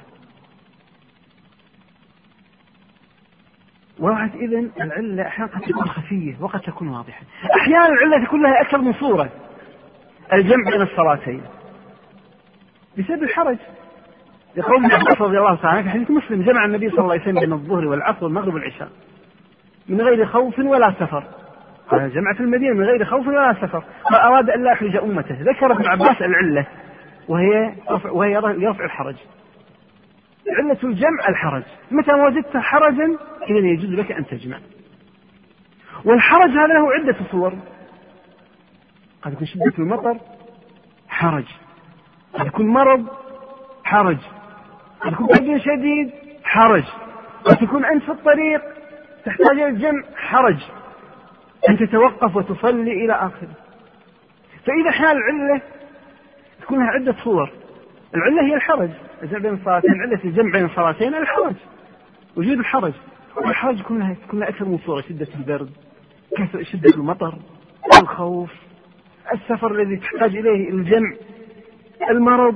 وقد إذن العلة أحيانا قد تكون خفية وقد تكون واضحة. أحيانا العلة تكون لها أكثر من صورة. الجمع بين الصلاتين بسبب الحرج، يقول ابن عباس رضي الله تعالى في حديث مسلم: جمع النبي صلى الله عليه وسلم بين الظهر والعصر والمغرب والعشاء من غير خوف ولا سفر. قال جمع في المدينة من غير خوف ولا سفر، فأراد أن لا يحرج أمته. ذكر ابن عباس العلة وهي رفع الحرج. علة الجمع الحرج، متى وجدت حرجا إذا يجوز لك أن تجمع. والحرج هذا له عدة صور، قد يكون شدة المطر حرج، قد يكون مرض حرج، قد يكون برد شديد حرج، قد تكون أنت في الطريق تحتاج إلى الجمع حرج، أن تتوقف وتصلي إلى آخره. فإذا حال العلة تكون لها عدة صور، العلة هي الحرج، الجمع بين الصلاتين، علة الجمع بين الصلاتين الحرج، وجود الحرج. والحرج كلها أكثر من صورة: شدة البرد، شدة المطر، الخوف، السفر الذي تحتاج إليه الجمع، المرض.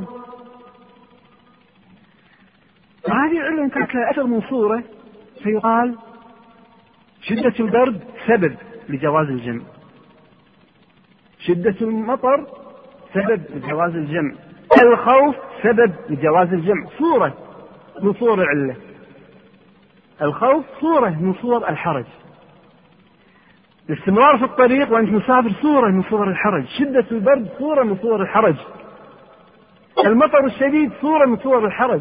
هذه العلة إن كانت لها أكثر من صورة فيقال شدة البرد سبب لجواز الجمع، شدة المطر سبب لجواز الجمع، الخوف سبب لجواز الجمع، صورة من صور العلة. الخوف صورة من صور الحرج، الاستمرار في الطريق وأنت مسافر صورة من صور الحرج، شدة البرد صورة من صور الحرج، المطر الشديد صورة من صور الحرج،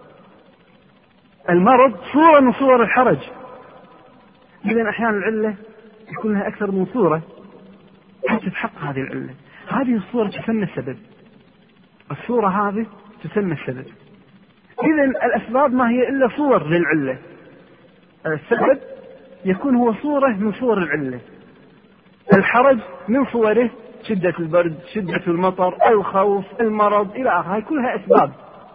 المرض صورة من صور الحرج. إذن أحيانا العلة يكون لها أكثر من صورة حتى تحقق هذه العلة. هذه الصورة تسمى السبب، الصورة هذه تسمى السبب. إذن الأسباب ما هي إلا صور للعلة، السبب يكون هو صورة من صور العلة، الحرج من صوره شدة البرد، شدة المطر، الخوف، المرض إلى آخره، هي كلها أسباب.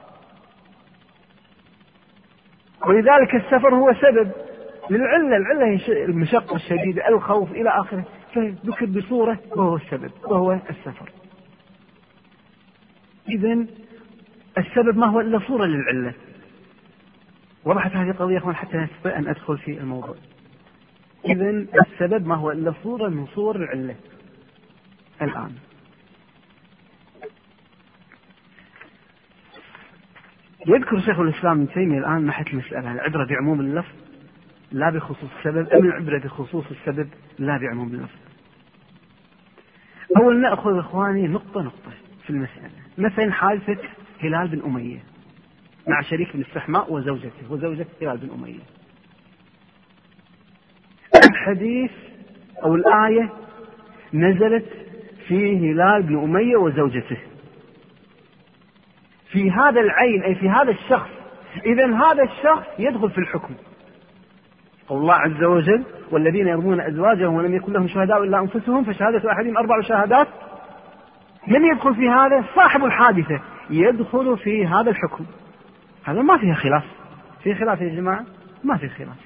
ولذلك السفر هو سبب للعلة، العلة هي المشقة الشديدة، الخوف إلى آخره، فذكر بصورة وهو السبب وهو السفر. إذن السبب ما هو إلا صورة للعلة. وضحت هذه القضية أخوان حتى نستطيع أن أدخل في الموضوع. إذن السبب ما هو إلا صورة من صور العلة. الآن يذكر شيخ الإسلام ابن تيمية الآن محل المسألة: العبرة بعموم اللفظ لا بخصوص السبب، أم العبرة بخصوص السبب لا بعموم اللفظ؟ أول نأخذ إخواني نقطة في المسألة. مثلا حادثة هلال بن أمية مع شريك الاستحماء وزوجة هلال بن أمية. الحديث أو الآية نزلت في هلال بن أمية وزوجته، في هذا العين أي في هذا الشخص. إذن هذا الشخص يدخل في الحكم. قول الله عز وجل: والذين يرمون أزواجهم ولم يكن لهم شهداء إلا أنفسهم فشهادة أحدهم 4 شهادات. من يدخل في هذا؟ صاحب الحادثة يدخل في هذا الحكم. هذا ما فيها خلاف. في خلاف يا جماعة؟ ما في خلاف.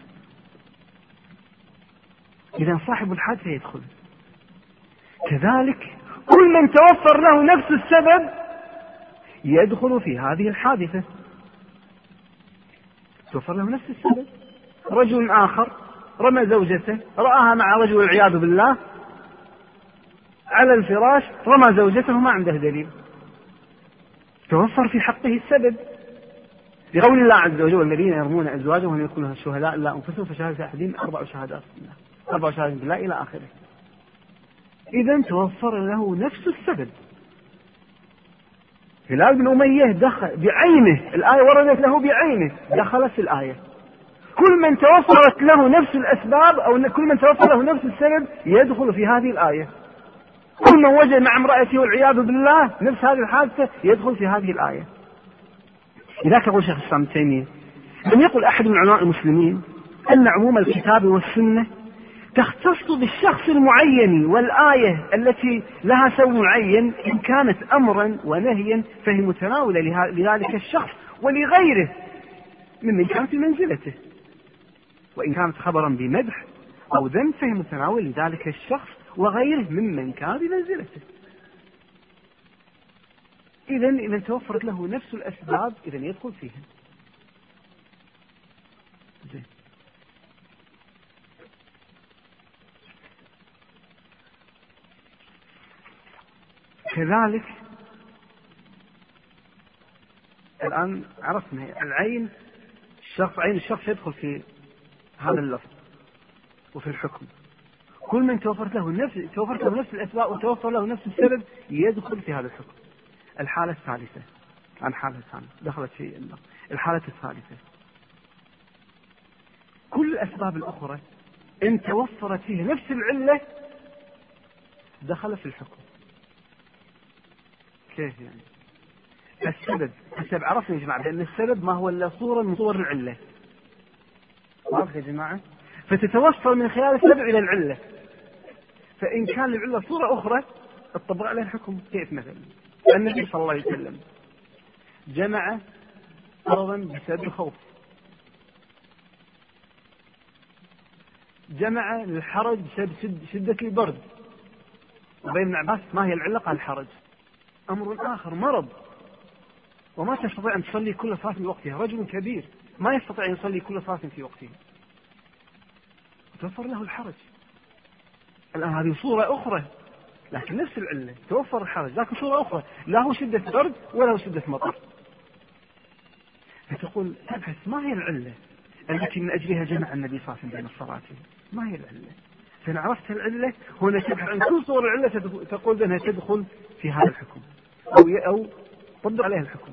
إذا صاحب الحادثة يدخل. كذلك كل من توفر له نفس السبب يدخل في هذه الحادثة. توفر له نفس السبب، رجل آخر رمى زوجته، رآها مع رجل والعياذ بالله على الفراش، رمى زوجته وما عنده دليل، توفر في حقه السبب لقول الله عز وجل: والذين يرمون أزواجهم ولم يكن لهم شهداء إلا أنفسهم فشهادة أحدهم 4 شهادات بالله إلى آخره. إذن توفر له نفس السبب. هلال بن أمية دخل بعينه، الآية وردت له بعينه، دخل في الآية. كل من توفرت له نفس الأسباب أو كل من توفر له نفس السبب يدخل في هذه الآية. كل من وجد مع امرأته والعياذ بالله نفس هذه الحادثة يدخل في هذه الآية. لذلك يقول شيخ الإسلام ابن تيمية: لم يقل أحد من علماء المسلمين أن عموم الكتاب والسنة تختص بالشخص المعين، والآية التي لها سبب معين إن كانت أمرا ونهيا فهي متناولة لذلك الشخص ولغيره ممن كان في منزلته، وإن كانت خبرا بمدح أو ذم فهي متناولة لذلك الشخص وغيره ممن كان بمنزلته. إذن توفرت له نفس الأسباب إذن يدخل فيها. زين. كذلك الآن عرفنا العين، عين الشخص يدخل في هذا اللفظ وفي الحكم. كل من توفرت له نفس الأسباب وتوفر له نفس السبب يدخل في هذا الحكم. الحالة الثالثة عن حالة ثانية دخلت في الحالة الثالثة: كل الأسباب الأخرى إن توفرت فيه نفس العلة دخل في الحكم. كيف يعني؟ السبب عرفنا يا جماعة بأن السبب ما هو إلا صورة من صور العلة. واضح يا جماعة؟ فتتوصل من خلال السبب إلى العلة. فإن كان للعلة صورة أخرى اطبق عليها الحكم. كيف مثلا؟ النبي صلى الله عليه وسلم جمع فرضا بسبب الخوف، جمع الحرج بسبب شدة البرد. وبين ابن عباس ما هي العلة؟ قال الحرج. أمر آخر مرض وما تستطيع أن تصلي كل صلاة في وقتها، رجل كبير ما يستطيع أن يصلي كل صلاة في وقتها، توفر له الحرج. الآن هذه صورة أخرى لكن نفس العلة، توفر الحرج لكن صورة أخرى، لا هو شدة برد ولا هو شدة مطر. فتقول تبحث ما هي العلة التي من أجلها جمع النبي صلى الله عليه وسلم بين الصلاة، ما هي العلة؟ فإن عرفت العلة هنا تبحث عن كل صور العلة تقول بأنها تدخل في هذا الحكم أو تطبق عليها الحكم.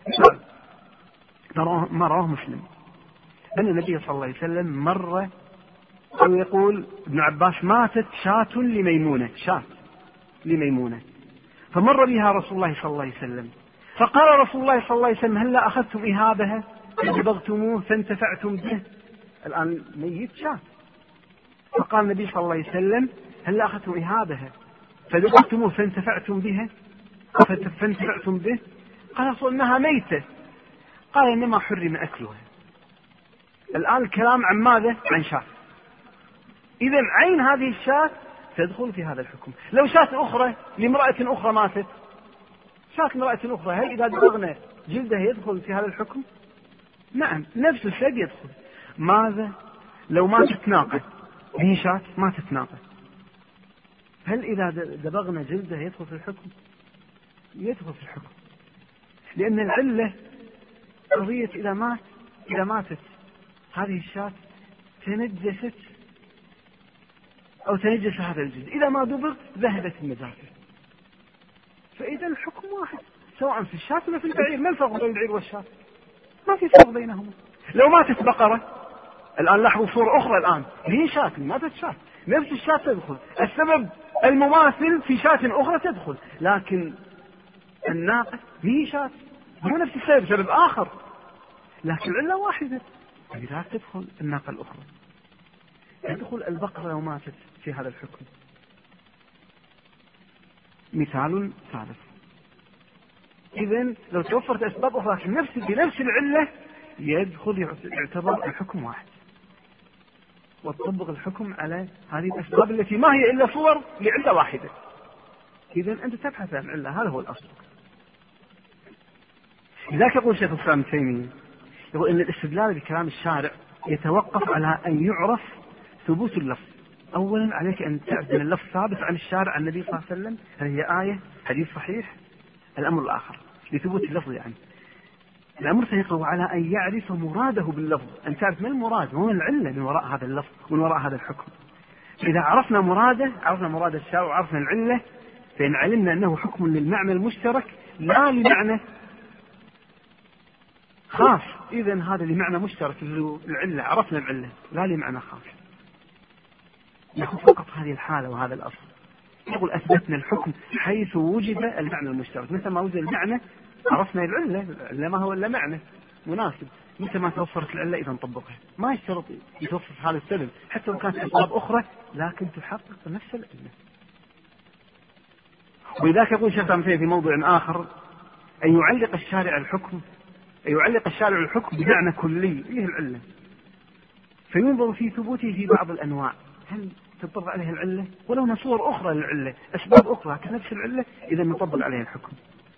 ما رواه مسلم أن النبي صلى الله عليه وسلم مر، أو يقول ابن عباس ماتت شاة لميمونة، شاة لميمونة، فمر بها رسول الله صلى الله عليه وسلم، فقال رسول الله صلى الله عليه وسلم هل لا أخذتم إهابها فدبغتموه فانتفعتم به؟ الآن ميت شاة، فقال النبي صلى الله عليه وسلم هل لا أخذتم إهابها فدبغتموه فانتفعتم بها فانتفعتم به؟ قال رسول إنها ميتة، قال إنما حرم أكلها. الآن الكلام عن ماذا؟ عن شاة. إذا عين هذه الشاة تدخل في هذا الحكم. لو شاة أخرى لامرأة أخرى ماتت، شاة امرأة أخرى، هل إذا دبغنا جلدها يدخل في هذا الحكم؟ نعم، نفس الشيء يدخل. ماذا لو ماتت ناقة؟ هي شاة ماتت ناقة، هل إذا دبغنا جلدها يدخل في الحكم؟ يدخل في الحكم، لأن العلة قضية إذا ماتت هذه الشاة تنجست أو تنجس هذا الجلد، إذا ما دبغ ذهبت النجاسة، فإذا الحكم واحد سواء في الشاة ولا في البعير. ما الفرق بين البعير والشاة؟ ما في فرق بينهما. لو ماتت بقرة، الآن لاحظوا صورة أخرى، الآن هي شاة ماتت شاة، نفس الشاة تدخل، السبب المماثل في شاة أخرى تدخل، لكن الناقة هي شاة مو نفس السبب، سبب آخر لكن العلة واحدة، فلذلك تدخل الناقة الأخرى. تدخل البقرة لو ماتت في هذا الحكم. مثال ثالث، إذن لو توفرت أسباب أخرى بنفس العلة يدخل يعتبر الحكم واحد، وتطبق الحكم على هذه الأسباب التي ما هي إلا صور لعلة واحدة. إذن أنت تبحث عن علة، هذا هو الأصل. لذلك يقول شيخ الإسلام ابن تيمية يقول إن الاستدلال بكلام الشارع يتوقف على أن يعرف ثبوت اللفظ. أولا عليك أن تعرف أن اللفظ ثابت عن الشارع عن النبي صلى الله عليه وسلم، هل هي آية حديث صحيح. الأمر الآخر لثبوت اللفظ، يعني الأمر سيقوم على أن يعرف مراده باللفظ، أن تعرف ما المراد وما العلة من وراء هذا اللفظ ومن وراء هذا الحكم. إذا عرفنا مراده، عرفنا مراد الشارع وعرفنا العلة، فإن علمنا أنه حكم للمعنى المشترك لا لمعنى خاص، إذن هذا لمعنى مشترك العلة، عرفنا العلة لا لمعنى خاص، نأخذ فقط هذه الحالة وهذا الأصل. يقول أثبتنا الحكم حيث وجد المعنى المشترك، مثل ما وجد المعنى عرفنا العلة ما هو إلا معنى مناسب. متى ما توفرت العلة إذا نطبقها، ما يشترط يتوفر في هذا السبب حتى لو كانت أسباب أخرى لكن تحقق نفس العلة. ولذلك يقول شيخ ابن تيمية في موضوع آخر أن يعلق الشارع الحكم بمعنى كلي هي العلة، فينظر في ثبوته في بعض الأنواع، هل تطبق عليها العلة ولو نصور أخرى للعلة، أسباب أخرى كنفس العلة، إذا نطبق عليها الحكم.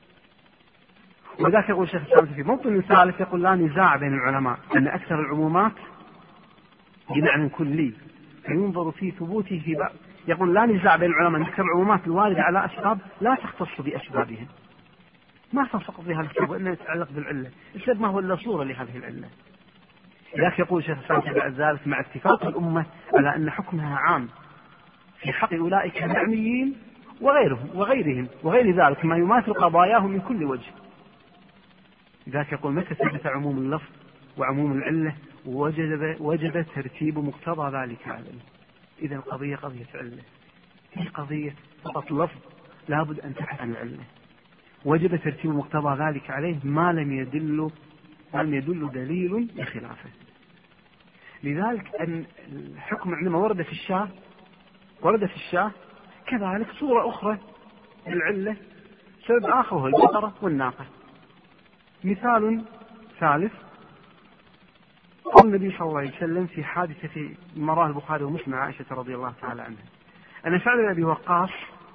وذاك يقول الشيخ الإسلام في موطن ثالث يقول لا نزاع بين العلماء أن أكثر العمومات بمعنى كلي، فينظر في ثبوته في بعض. يقول لا نزاع بين العلماء أن أكثر العمومات الواردة على أسباب لا تختص بأسبابهم، ما فقط بهذا السبب وإنه يتعلق بالعلة، السبب ما هو إلا صورة لهذه العلة. لذلك يقول الشيخ الإسلام بعد ذلك مع اتفاق الأمة على أن حكمها عام في حق أولئك المعنيين وغيرهم وغير ذلك ما يماثل قضاياهم من كل وجه. لذلك يقول متى ثبت عموم اللفظ وعموم العلة وجب ترتيب مقتضى ذلك عليه. إذا القضية قضية علة، هي قضية فقط لفظ لابد أن تبحث عن العلة، وجب ترتيب مقتضى ذلك عليه ما لم يدل دليل بخلافه. لذلك أن الحكم عندما ورد في الشاة كذلك صورة أخرى للعلة، سبب آخر هو البقرة والناقة. مثال ثالث، قال النبي صلى الله عليه وسلم في حادثة مراه البخاري ومسلم عائشة رضي الله تعالى عنها أن سعد بن أبي وقاص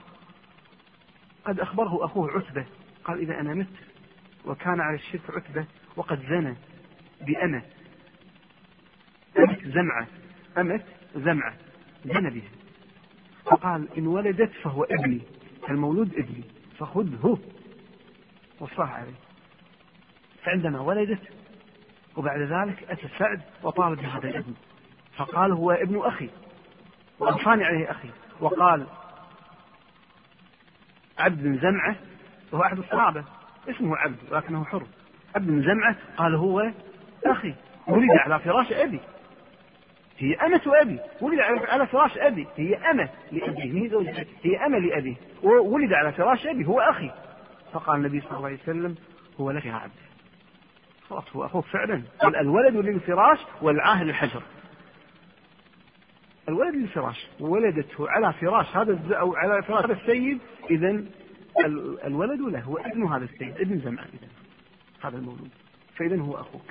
قد أخبره أخوه عتبة قال إذا أنا مت، وكان على الشرك عتبة وقد زنى بأمة أمت زمعة زنى بها، فقال إن ولدت فهو ابني، المولود ابني فخذه وصاح عليه. فعندما ولدت وبعد ذلك أتى سعد وطالب بهذا الابن فقال هو ابن أخي وأوصاني عليه أخي، وقال عبد بن زمعة وهو أحد الصحابة اسمه عبد ولكنه حر، عبد بن زمعة قال هو أخي ولد على فراش أبي، هي أمة أبي، ولد على فراش أبي، هي أمة لأبيه، هي أمة لأبيه وولد على فراش أبي، هو أخي. فقال النبي صلى الله عليه وسلم هو لك يا عبد، خلاص هو أخوك فعلا. الولد للفراش والعاهل الحجر، الولد للفراش وولدته على فراش هذا أو على فراش هذا السيد، إذن الولد له هو ابن هذا السيد، ابن زمعة إذن هذا المولود، فإذن هو أخوك.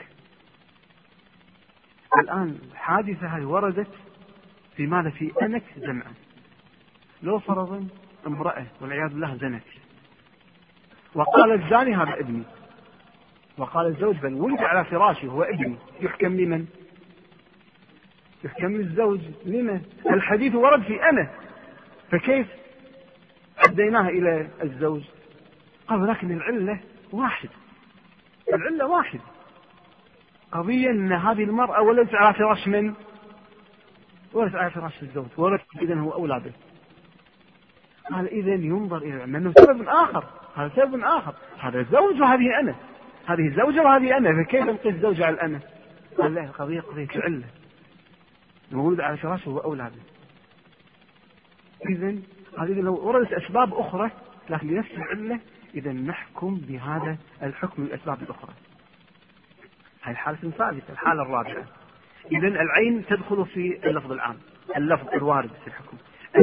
الآن حادثة هذه وردت في ماذا؟ في أنك زمعة. لو فرضا امرأة والعياذ بالله زنت وقال الزاني هذا ابني، وقال الزوج بل ولد على فراشه هو ابني، يحكم لمن؟ يحكم للزوج. لمن؟ الحديث ورد في أنا، فكيف أديناها إلى الزوج؟ قال لكن العلة واحد، العلة واحد، قضية أن هذه المرأة ولدت على فراش من؟ ولدت على فراش الزوج، ولدت إذن هو أولى. قال إذن ينظر إلى أنه سبب آخر، هذا سبب آخر، هذا الزوج وهذه أنا، هذه الزوجة وهذه أنا، فكيف نقيس الزوجة على الأنا؟ قال لا، قضية العلة، المولود على فراشه هو أولى به. إذن هذه لو وردت أسباب أخرى لكن لنفس العلة إذن نحكم بهذا الحكم للأسباب الأخرى. هذه الحالة الثالثة. الحالة الرابعة، إذن العين تدخل في اللفظ العام، اللفظ الوارد في الحكم.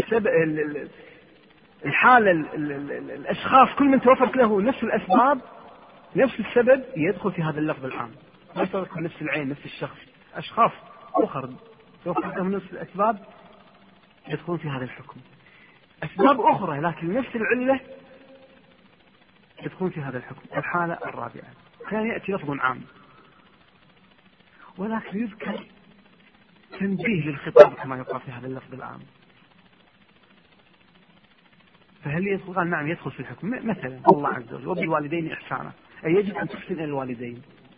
الحالة الأشخاص كل من توفرت له نفس الأسباب نفس السبب يدخل في هذا اللفظ العام، لا يترك نفس العين نفس الشخص، أشخاص أخر توفرت لهم نفس الأسباب يدخلون في هذا الحكم. أسباب أخرى لكن نفس العلة يدخلون في هذا الحكم. الحالة الرابعة كان يأتي لفظ عام ولكن يذكر تنبيه للخطاب كما يقال في هذا اللفظ العام، فهل يدخل؟ قال نعم يدخل في الحكم. مثلا الله عز وجل وبالوالدين إحسانا، أي يجب أن تحسن إلى الوالدين.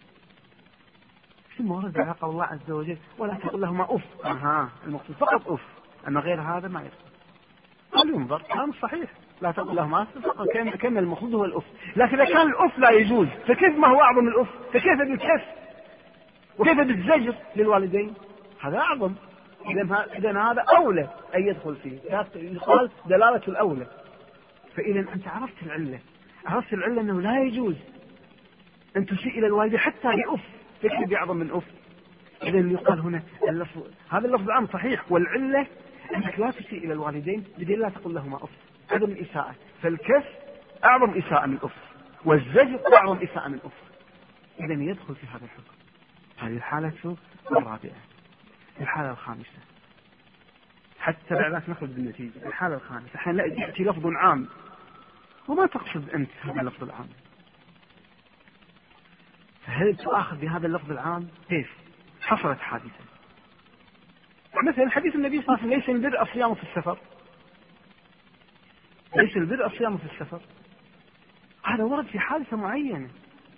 ثم ورد على قول الله عز وجل ولا تقل لهما أف، المقصود فقط أف، أما غير هذا ما يدخل. قال ينظر كلام صحيح، لا تقل لهما أف فقط، كان المقصود هو الأف، لكن إذا كان الأف لا يجوز فكيف ما هو أعظم الأف؟ فكيف بالكف وكيف بالزجر للوالدين؟ هذا أعظم. إذا هذا أولى أن يدخل فيه، يقال دلالة الأولى. فإذا أنت عرفت العلة، عرفت العلة أنه لا يجوز أن تسيء إلى الوالدين حتى بأف، فكيف بأعظم من أف؟ إذا يقال هنا هذا اللفظ العام صحيح، والعلة أنك لا تسيء إلى الوالدين بدين لا تقول لهما أف، عدم الإساءة، فالكف أعظم إساءة من أف، والزجر أعظم إساءة من أف. إذا يدخل في هذا الحكم. هذه الحالة الرابعة. الحالة الخامسة حتى بعد ذلك نخرج بالنتيجة. الحالة الخامسة حين لا يأتي لفظ عام وما تقصد أنت هذا اللفظ العام، فهل تؤاخذ بهذا اللفظ العام؟ كيف حصلت حادثة؟ مثلا حديث النبي صلى الله عليه وسلم ليس البر الصيام في السفر، ليس البر الصيام في السفر، هذا ورد في حادثة معينة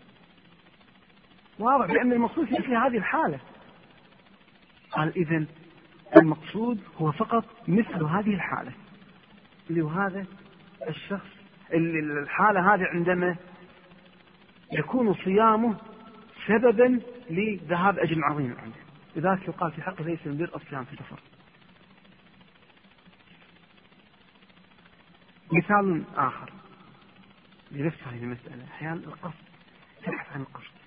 واضح بأن المقصود في هذه الحالة. قال إذن المقصود هو فقط مثل هذه الحالة اللي هو هذا الشخص، الحالة هذه عندما يكون صيامه سببا لذهاب أجر عظيم عنه، لذلك يقال في حقه ليس البر الصيام في السفر. مثال آخر لنفس هذه المسألة، أحيانا القصد، تبحث عن القصد.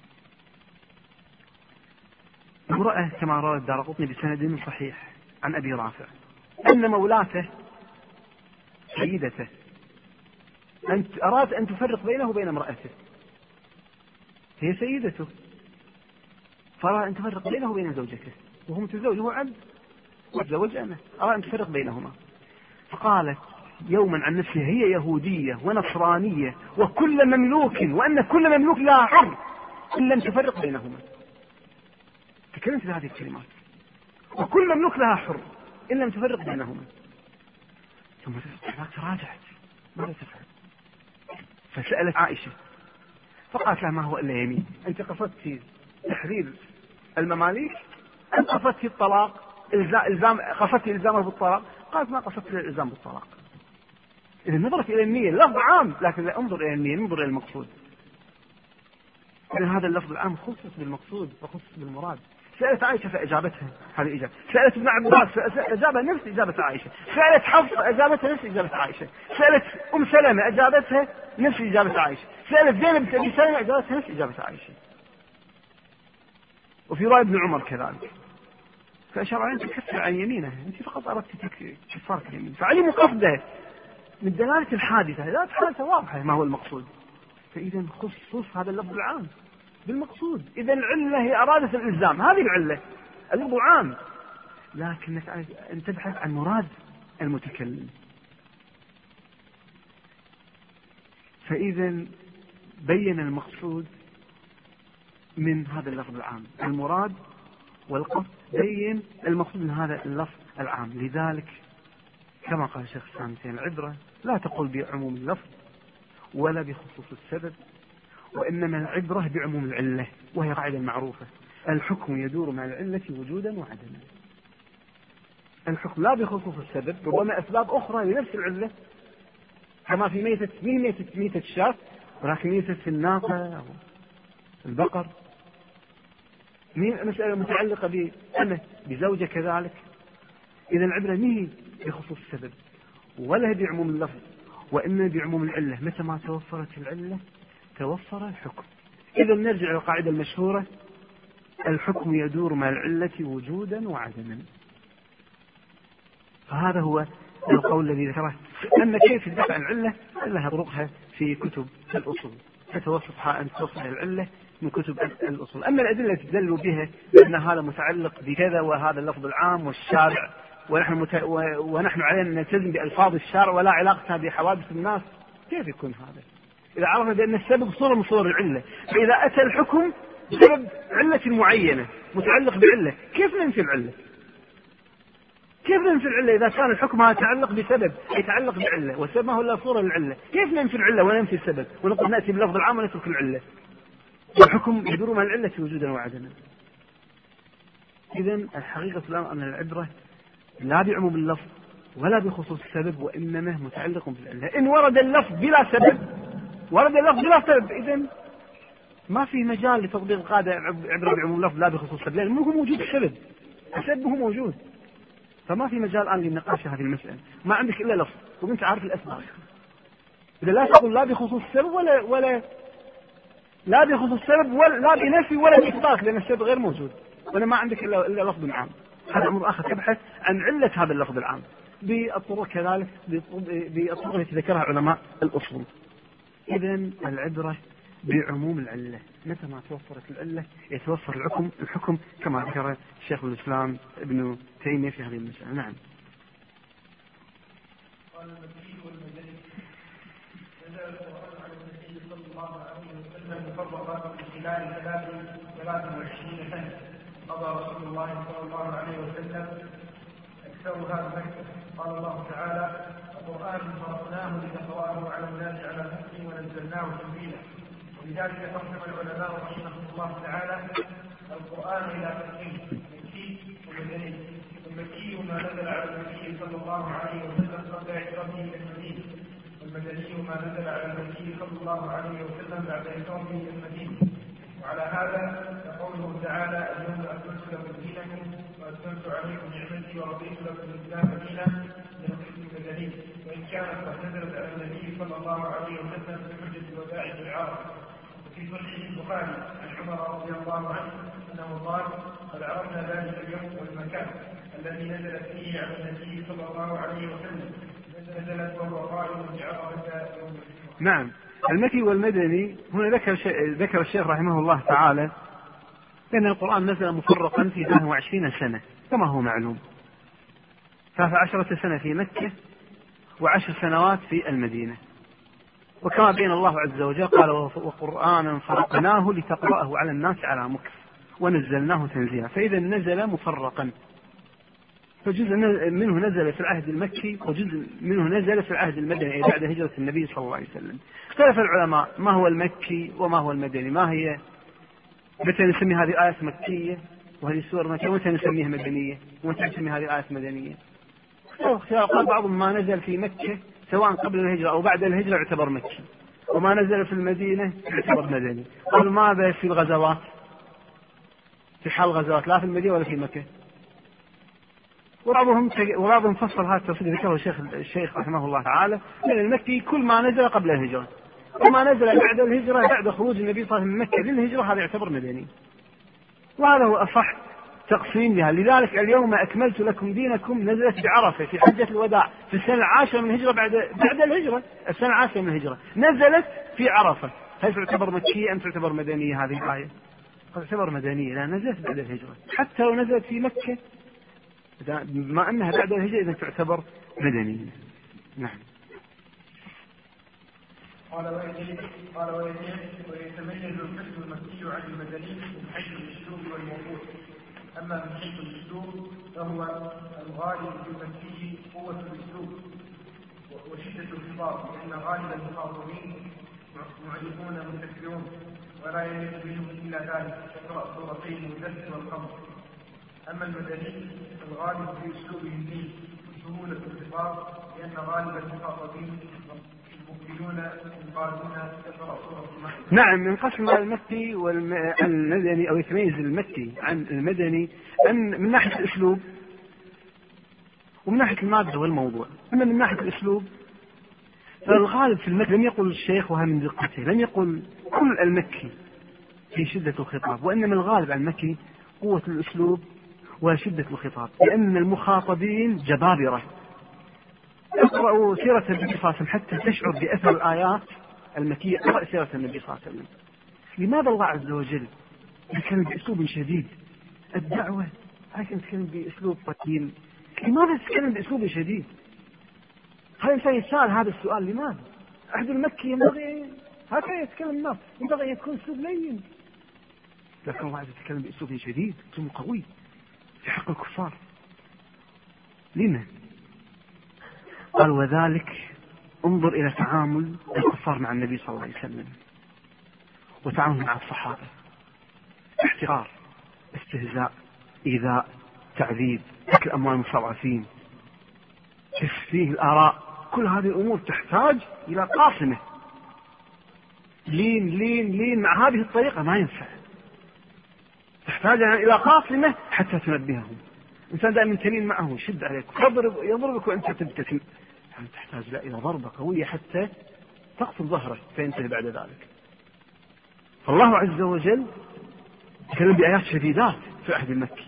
امرأة كما روى الدارقطني بسند صحيح عن أبي رافع أن مولاته سيدته أراد أن تفرق بينه وبين امرأته، هي سيدته، فأرى أن تفرق بينه وبين زوجته، وهو متزوج وهو عبد وتزوج أنا، أرى أن تفرق بينهما. فقالت يوما عن نفسها هي يهودية ونصرانية وكل مملوك، وأن كل مملوك لها حر إن لم تفرق بينهما. تكلمت بهذه الكلمات، وكل مملوك لها حر إن لم تفرق بينهما. ثم تراجعت ماذا تفعل؟ فسألت عائشة فقالت لها ما هو إلا يمين، أنت قصدت تحرير المماليك أم قصدت الطلاق قصدت إلزامه بالطلاق؟ قالت ما قصدت الإلزام بالطلاق. إذا نظرت إلى النية، اللفظ عام لكن لا انظر إلى النية، انظر إلى المقصود. إذا هذا اللفظ العام خصص بالمقصود وخصص بالمراد. سألت عائشة فأجابتها هذه إجابة، سألت ابن عباس فأجابها نفس إجابة عائشة، سألت حفصة أجابتها نفس إجابة عائشة، سألت أم سلمة أجابتها نفس إجابة عائشة، سألت زينب بنت أبي سلمة أجابتها نفس إجابة عائشة. وفي رأي ابن عمر كذلك. فأشار عليه تكفر عن يمينه، أنت فقط أردت كفارة اليمين. فعلموا قصده من دلالة الحادثة، دلالة الحادثة واضحة ما هو المقصود. فإذا خصوص هذا اللفظ العام بالمقصود. إذا العلة هي أرادت الإلزام، هذه العلة، اللفظ عام، لكنك أن تبحث عن مراد المتكلم. فإذا بين المقصود من هذا اللفظ العام، المراد والقصد بين المقصود من هذا اللفظ العام. لذلك كما قال الشيخ الإسلام العبرة لا تقل بعموم اللفظ ولا بخصوص السبب، وإنما العبرة بعموم العلة، وهي قاعدة معروفة: الحكم يدور مع العلة وجودا وعدما. الحكم لا بخصوص السبب، ربما أسباب أخرى لنفس العلة، كما في ميتة الشاة، ولكن ميتة الناقة أو البقر مسألة متعلقة بأمة بزوجة كذلك. إذا العبرة ما هي بخصوص السبب ولا بعموم اللفظ، وإنما بعموم العلة. متى ما توفرت العلة توفر الحكم. إذا نرجع إلى القاعدة المشهورة: الحكم يدور مع العلة وجودا وعدما. فهذا هو القول الذي ذكره. أما كيف تدفع العلة لها طرقها في كتب الأصول، فتوصفها أن توصف العلة من كتب الأصول. أما الأدلة التي تدل بها بأن هذا متعلق بكذا وهذا اللفظ العام والشارع ونحن علينا أن نلتزم بألفاظ الشارع ولا علاقتها بحوادث الناس، كيف يكون هذا؟ إذا عرفنا بأن السبب صورة من صور العلة، فإذا أتى الحكم بسبب علة معينة متعلق بعلة، كيف ننفي العلة؟ كيف ننفي العلة إذا كان الحكم هذا يتعلق بسبب يتعلق بعلة والسبب ما هو إلا صورة للعلة؟ كيف ننفي العلة وننفي السبب ونقول نأتي باللفظ العام ونترك العلة؟ الحكم يدور مع العلة وجودا وعدما. إذن الحقيقة الآن أن العبرة لا بعموم اللفظ ولا بخصوص السبب، وإنما متعلق بالعلة. إن ورد اللفظ بلا سبب إذن ما في مجال لتطبيق القاعدة عبرة بعموم اللفظ لا بخصوص السبب، لأن مو موجود السبب هو موجود. فما في مجال الآن للنقاش هذه المسألة. ما عندك إلا لفظ وأنت عارف الأسباب. إذا لا تقول لا بخصوص السبب ولا لا بخصوص السبب ولا لا بنفي ولا بإثبات، لأن السبب غير موجود، وأنا ما عندك إلا لفظ عام. هذا أمر آخر، تبحث عن علة هذا اللفظ العام بالطرق كذلك، بالطرق التي ذكرها علماء الأصول. إذن العبرة بعموم العلة، متى ما توفرت العلة يتوفر الحكم كما ذكر الشيخ الإسلام ابن تيمية في هذه المسألة. نعم. قال المكي والمدني: نزل القرآن على النبي صلى الله عليه وسلم مفرقا في خلال 23 سنة، قضى رسول الله صلى الله عليه وسلم أكثرها بمكة. قال الله تعالى: القرآن فرقناه لتقرأه على الناس على مكة ونزلناه تنزيلا. ولذلك قسم العلماء رحمهم الله تعالى القرآن إلى قسمين: مكي ومدني. المكي ما نزل على النبي صلى الله عليه وسلم قبل هجرته إلى المدينة، والمدني ما نزل على النبي صلى الله عليه وسلم بعد هجرته إلى المدينة. وعلى هذا قوله تعالى: اليوم أكملت لكم دينكم وأتممت عليكم نعمتي ورضيت لكم الإسلام دينا، من القسم المدني، وإن كانت قد نزلت على النبي صلى الله عليه وسلم في حجة الوداع في العرب. وفي صحيح البخاري عن عمر رضي الله عنه أنه قال: قد عرفنا ذلك اليوم والمكان الذي نزلت فيه على النبي صلى الله عليه وسلم، نزلت وهو قائم بعرفة يوم. نعم، المكي والمدني هنا ذكر الشيخ رحمه الله تعالى أن القرآن نزل مفرقا في 22 سنة كما هو معلوم، 13 سنة في مكة و10 سنوات في المدينة. وكما بين الله عز وجل قال وقرآنا فرقناه لتقرأه على الناس على مكث ونزلناه تنزيلا. فإذا نزل مفرقا، فجزء منه نزل في العهد المكي وجزء منه نزل في العهد المدني بعد هجرة النبي صلى الله عليه وسلم. اختلف العلماء ما هو المكي وما هو المدني، ما هي متى نسمي هذه الآيات مكية وهذه السورة مكية، ومتى نسميها مدنية، ومتى نسمي هذه الآيات مدنية. قال بعضهم ما نزل في مكة سواء قبل الهجرة أو بعد الهجرة يعتبر مكي، وما نزل في المدينة يعتبر مدني. قالوا ماذا في الغزوات، في حال الغزوات لا في المدينة ولا في مكة. وبعضهم فصل هذا التفصيل ذكره الشيخ رحمه الله تعالى، لأن المكي كل ما نزل قبل الهجرة، وما نزل بعد الهجرة بعد خروج النبي صلى الله عليه وسلم من مكة للهجرة هذا يعتبر مدني. وهذا هو أصح تقسيم لها. لذلك اليوم أكملت لكم دينكم نزلت بعرفة في حجة الوداع في السنة 10 من الهجرة، بعد الهجرة السنة 10 من الهجرة نزلت في عرفة. هل تعتبر مكية أم تعتبر مدنية هذه الآية؟ قد تعتبر مدنية لأنها نزلت بعد الهجرة. حتى لو نزلت في مكة بما أنها بعد الهجرة إذا تعتبر مدنية. نعم. قال ويتميز القسم المكي عن المدني من حيث الاسلوب والموضوع. اما من حيث الاسلوب فهو الغالب في المكي قوه الاسلوب وشده الخطاب، لان غالب المخاطبين معرفون مستكبرون ولا يليق بهم الا ذلك يقرا سورتين والدس والخمر. اما المدني فالغالب في اسلوبه اللين وسهوله الخطاب، لان غالب المخاطبين نعم. ينقسم المكي والمدني أو يتميز المكي عن المدني أن من ناحية الأسلوب ومن ناحية المادة والموضوع. أما من ناحية الأسلوب فالغالب في المكي، لم يقل الشيخ وها من دقته، لم يقل كل المكي في شدة الخطاب، وإنما الغالب عن المكي قوة الأسلوب وشدة الخطاب، لأن المخاطبين جبابرة. اقرأوا سيرة النبي صلى الله عليه وسلم حتى تشعر بأثر الآيات المكية. اقرأ سيرة النبي صلى الله عليه وسلم. لماذا الله عز وجل يتكلم بأسلوب شديد؟ الدعوة لكن يتكلم بأسلوب قتيل. لماذا يتكلم بأسلوب شديد؟ هل الإنسان يسأل هذا السؤال لماذا؟ أحد المكي ينبغي هكذا يتكلم الناس، ينبغي أن يكون أسلوب لين، لكن الله عز وجل يتكلم بأسلوب شديد، أسلوب قوي في حق الكفار. لما؟ قال وذلك انظر إلى تعامل الكفار مع النبي صلى الله عليه وسلم وتعامل مع الصحابة، احتقار، استهزاء، إيذاء، تعذيب، أكل أموال المستضعفين، تسفيه الآراء. كل هذه الأمور تحتاج إلى قاصمة. لين مع هذه الطريقة ما ينفع، تحتاج إلى قاصمة حتى تنبههم. إنسان دائما تلين معه يشد عليك يضربك وأنت تبتسم، تحتاج إلى ضربة قوية حتى تقصد ظهره فينتهي بعد ذلك. فالله عز وجل يتكلم بآيات شديدات في العهد المكي.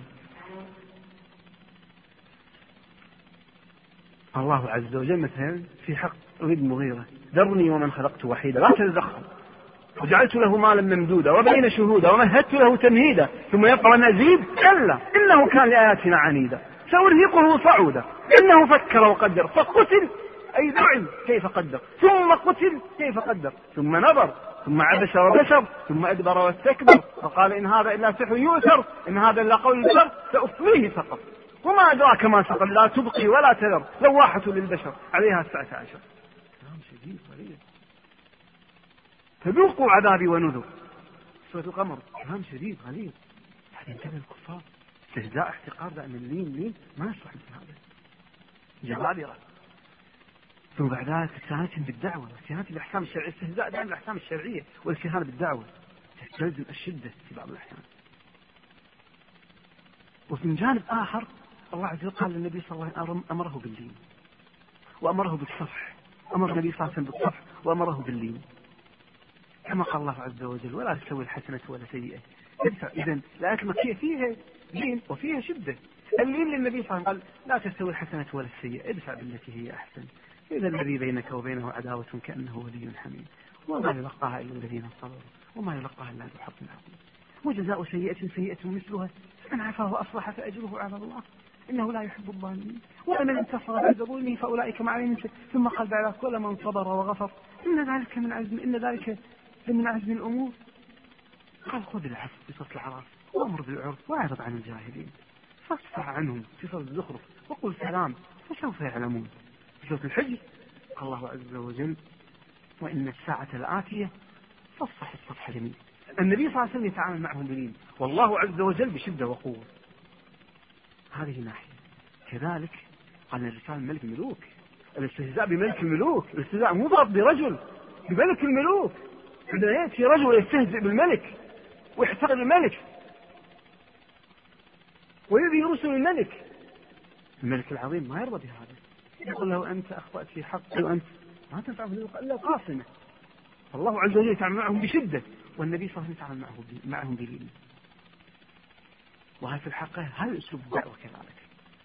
الله عز وجل مثلا في حق وليد المغيرة ذرني ومن خلقت وحيدا لا تتدخل وجعلت له مالا ممدودا وبين شهودا ومهدت له تمهيدا ثم يبقى نزيد كلا إنه كان لآياتنا عنيدا سأرهقه صعودا إنه فكر وقدر فقتل أي ذعن كيف قدر ثم قتل كيف قدر ثم نظر ثم عبس وبشر ثم أدبر واستكبر فقال إن هذا إلا سحر يؤثر إن هذا إلا قول البشر سأصليه سقط وما أدراك ما سقط لا تبقي ولا تذر لواحة للبشر عليها 19. كلام شديد غليظ. فذوقوا عذابي ونذر. سورة القمر كلام شديد غليظ. بعدين كذا الكفار استهزاء احتقار دائما لين ما يصلح مثل هذا جبابرة. ثم بعد ذلك استهانتهم بالدعوة واستهانتهم بالأحكام الشرعية. استهزاء دائما بالأحكام الشرعية والاستهانة بالدعوة تستلزم الشدة في بعض الأحيان. ومن جانب آخر الله عز وجل قال للنبي صلى الله عليه وسلم أمره باللين وأمره بالصفح. أمر النبي صلى الله عليه وسلم بالصفح وأمره باللين كما قال الله عز وجل ولا تستوي الحسنة ولا سيئة. إذن الآيات المكية فيها لين وفيها شدة. اللين للنبي صلى الله عليه وسلم قال لا تستوي الحسنة ولا السيئة ادفع بالتي هي أحسن إذا الذي بينك وبينه عداوة كأنه ولي حميم وما يلقاها إلا الذين صبروا وما يلقاها إلا ذو حظ عظيم وجزاء سيئة سيئة مثلها من عفا وأصلح فأجره على الله إنه لا يحب الظالمين ومن انتصر بعد ظلمه فأولئك مع الذين ثم قال بعد كل من صبر وغفر إن ذلك من عزم الأمور قال خذ العفو بصوت العراف وأمر بالعرف واعرض عن الجاهلين فاصفح عنهم في صوت الزخرف وقل سلام فسوف يعلمون في صوت الحج قال الله عز وجل وإن الساعة لآتية فاصفح الصفح اليمين. النبي صلى الله عليه وسلم يتعامل معهم بلين والله عز وجل بشدة وقوة. هذه ناحية. كذلك قال الرسال ملك الملوك الاستهزاء بملك الملوك الاستهزاء مو ضرب برجل بملك الملوك عندما يأتي رجل يستهزئ بالملك ويحتقر الملك ويبي رسل الملك العظيم ما يرضى بهذا يقول له أنت أخطأت في حقي وأنت ما تنفع إلا قاصمة. الله عز وجل يتعامل معهم بشدة والنبي صلى الله عليه وسلم يتعامل معهم بلين. وهذا في الحقيقة هذا أسلوب الدعوة كذلك.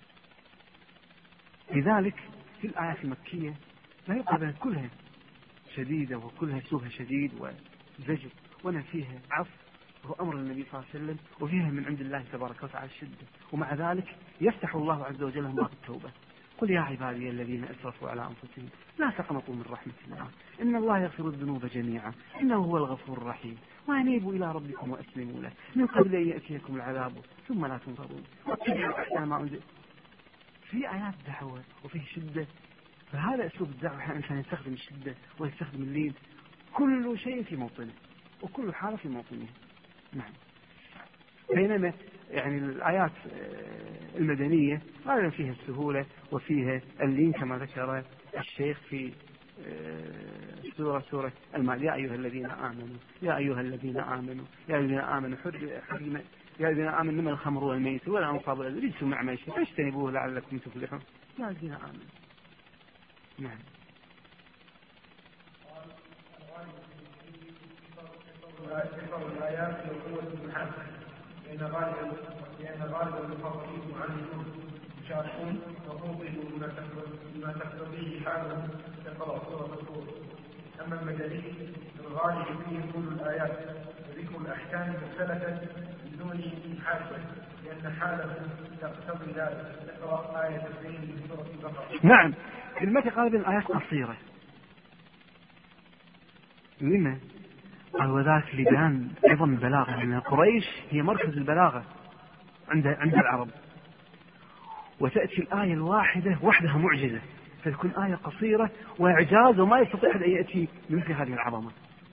لذلك في الآيات المكية لا يقابل كلها شديدة وكلها أسلوبها شديد وزجر وأنا فيها عفو وهو أمر النبي صلى الله عليه وسلم وفيها من عند الله تبارك وتعالى الشدة ومع ذلك يفتح الله عز وجل لهم باب التوبة. قل يا عبادي الذين أسرفوا على أنفسهم لا تقنطوا من رحمة الله إن الله يغفر الذنوب جميعا إنه هو الغفور الرحيم وأنيبوا إلى ربكم وأسلموا له من قبل أن يأتيكم العذاب ثم لا تنظرون واتبعوا أحسن ما أنزل. في آيات دعوة وفيه شدة فهذا أسلوب الدعوة الإنسان يستخدم الشدة ويستخدم اللين كل شيء في موطنه وكل حالة في موطنه. نعم. بينما يعني الآيات المدنية غالبا فيها السهولة وفيها اللين كما ذكر الشيخ في سورة المائدة يا أيها الذين آمنوا يا أيها الذين آمنوا يا الذين آمنوا حرم يا الذين آمنوا إنما الخمر والميسر والأنصاب والأزلام مع ميسر فاجتنبوه لعلكم تفلحون يا الذين آمنوا. نعم. الآيات وقوة المحاسن لأن غالب المفاوضين معلمون مشاركون وموقفوا بما تقتضيه حالهم تقرأ سورة الطور. أما المدني الغالب فيه كل الآيات وذكر الأحكام مرسلة بدون محاسن لأن حاله تقتضي ذلك تقرأ آية 90 من سورة البقرة. نعم. كلمة غالبا الآيات قصيرة. لما؟ قال وذاك لبيان عظم البلاغة لأن قريش هي مركز البلاغة عند العرب وتأتي الآية الواحدة وحدها معجزة فتكون آية قصيرة وإعجاز وما يستطيع أن يأتي مثل هذه العظمة.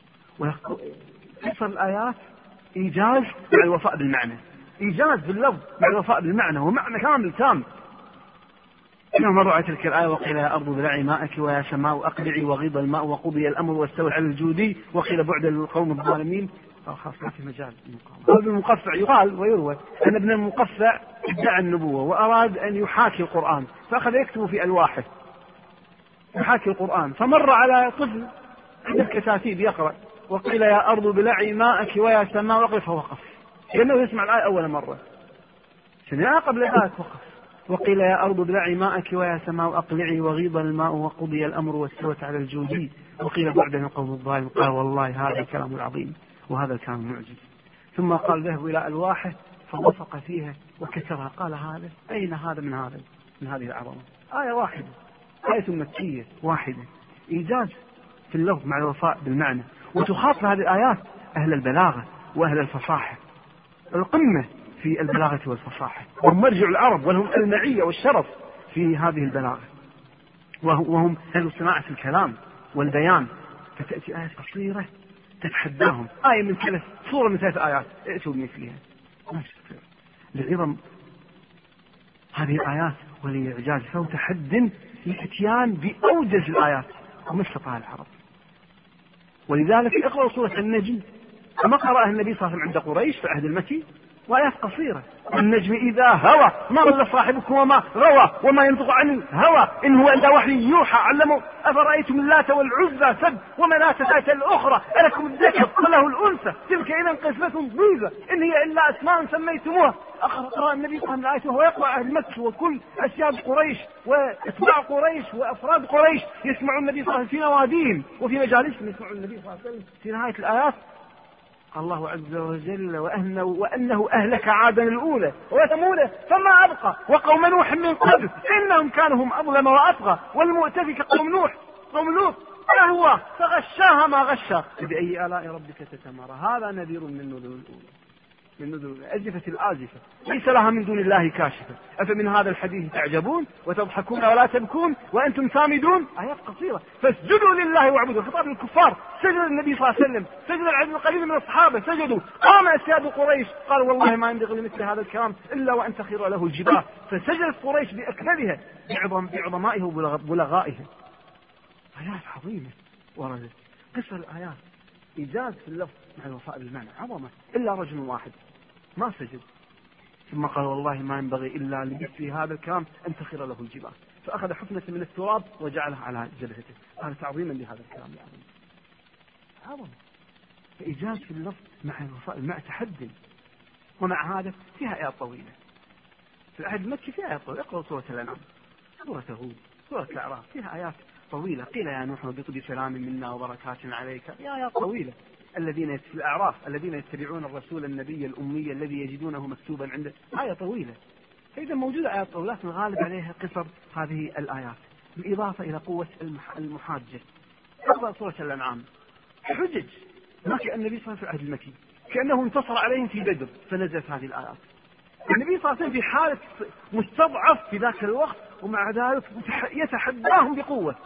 وقصر الآيات إيجاز مع الوفاء بالمعنى إيجاز باللفظ مع الوفاء بالمعنى ومعنى كامل تام. كما مر على تلك الآية وقيل يا أرض ابلعي ماءك ويا سماء أقلعي وغيض الماء وقضي الأمر واستوى على الجودي وقيل بعد للقوم الظالمين. خاص ما في مجال ابن المقفع يقال ويروى أن ابن المقفع ادعى النبوة وأراد أن يحاكي القرآن فأخذ يكتب في ألواحه يحاكي القرآن فمر على طفل عند الكتاتيب يقرأ وقيل يا أرض ابلعي ماءك ويا سماء وقف فوقف لأنه يسمع الآية أول مرة سنة قبل ذلك وقف وقيل يا أرض ابلعي ماءك ويا سماء أقلعي وغيض الماء وقضي الأمر واستوت على الجودي وقيل بعد القوم الظالم. قال والله هذا الكلام العظيم وهذا الكلام المعجز. ثم قال ذهب إلى ألواحه فوثق فيها وكتبها قال هذا أين هذا من هذه العظمة. آية واحدة آية مكية واحدة إيجاز في اللفظ مع الوفاء بالمعنى وتخاطب هذه الآيات أهل البلاغة وأهل الفصاحة القمة في البلاغة والفصاحة وهم مرجع العرب ولهم المعية والشرف في هذه البلاغة وهم أهل الصناعة في الكلام والبيان. فتأتي آية قصيرة تتحداهم آية من ثلاث صورة من 3 آيات ائتوا بمثلها لعظم هذه الآيات ولإعجاز فهو تحد للإتيان بأوجز الآيات وما استطاع العرب. ولذلك اقرأوا سورة النجم كما قرأها النبي صلى الله عليه وسلم عند قريش في العهد المكي وآيات قصيرة. النجم إذا هوى ما ضل صاحبكم وما غوى وما ينطق عن الهوى إن هو إلا وحي يوحى علمه أفرأيتم اللات والعزى سد ومناة الثالثة الأخرى ألكم الذكر وله الأنثى تلك إذا قسمة ضيزى إن هي إلا أسماء سميتموها. أقرأ النبي صلى الله عليه وسلم وهو يقرأ أهل مكة وكل أسياد قريش وأتباع قريش وأفراد قريش يسمعون النبي صلى الله عليه وسلم في نواديهم وفي مجالسهم يسمعون النبي صلى الله عليه وسلم في نهاية الآيات الله عز وجل وأنه أهلك عادا الأولى وثمود فما أبقى وقوم نوح من قبل إنهم كانوا هم أظلم وأطغى والمؤتفك قوم نوح قوم لوط فهو فغشاها ما غشا فبأي آلاء ربك تتمارى. هذا نذير من نذر الأولى من نذر أزفت الآزفة ليس لها من دون الله كاشفة أفمن هذا الحديث تعجبون وتضحكون ولا تبكون وأنتم سامدون. آيات قصيرة. فاسجدوا لله واعبدوا. خطاب الكفار سجد النبي صلى الله عليه وسلم سجد العدد القليل من الصحابة سجدوا. قام أسياد قريش قال والله ما ينبغي لمثل هذا الكلام إلا وأن تخير له الجباه. فسجدت قريش بأكملها بعظمائها وبلغائها. آيات عظيمة وردت. قصة الآيات إيجاز في اللفظ مع الوفاء بالمعنى عظمة. إلا رجل واحد ما سجد ثم قال والله ما ينبغي إلا لمثل هذا الكلام أن تخير له الجباه فأخذ حفنة من التراب وجعلها على جبهته. قال تعظيما لهذا الكلام يا عظمة. فإيجاز في اللفظ مع الوفاء بالمعنى تحدي. ومع هذا فيها آيات طويلة. في العهد المكي فيها آيات طويلة. اقرأ سورة الأنعام سورة هود سورة الأعراف فيها آيات طويلة. قيل يا نوح اهبط بسلام منا وبركات عليك. يا آيات طويلة. الذين في الأعراف الذين يتبعون الرسول النبي الأمي الذي يجدونه مكتوبا عنده. آية طويلة. فإذا موجودة آيات طويلة لكن الغالب عليها قصر هذه الآيات بالإضافة إلى قوة المحاجة. اقرأ سورة الأنعام حجج ما كأن النبي صلى الله عليه وسلم في العهد المكي كأنه انتصر عليهم في بدر فنزلت هذه الآيات. النبي صلى الله عليه وسلم في حالة مستضعف في ذاك الوقت ومع ذلك يتحداهم بقوة.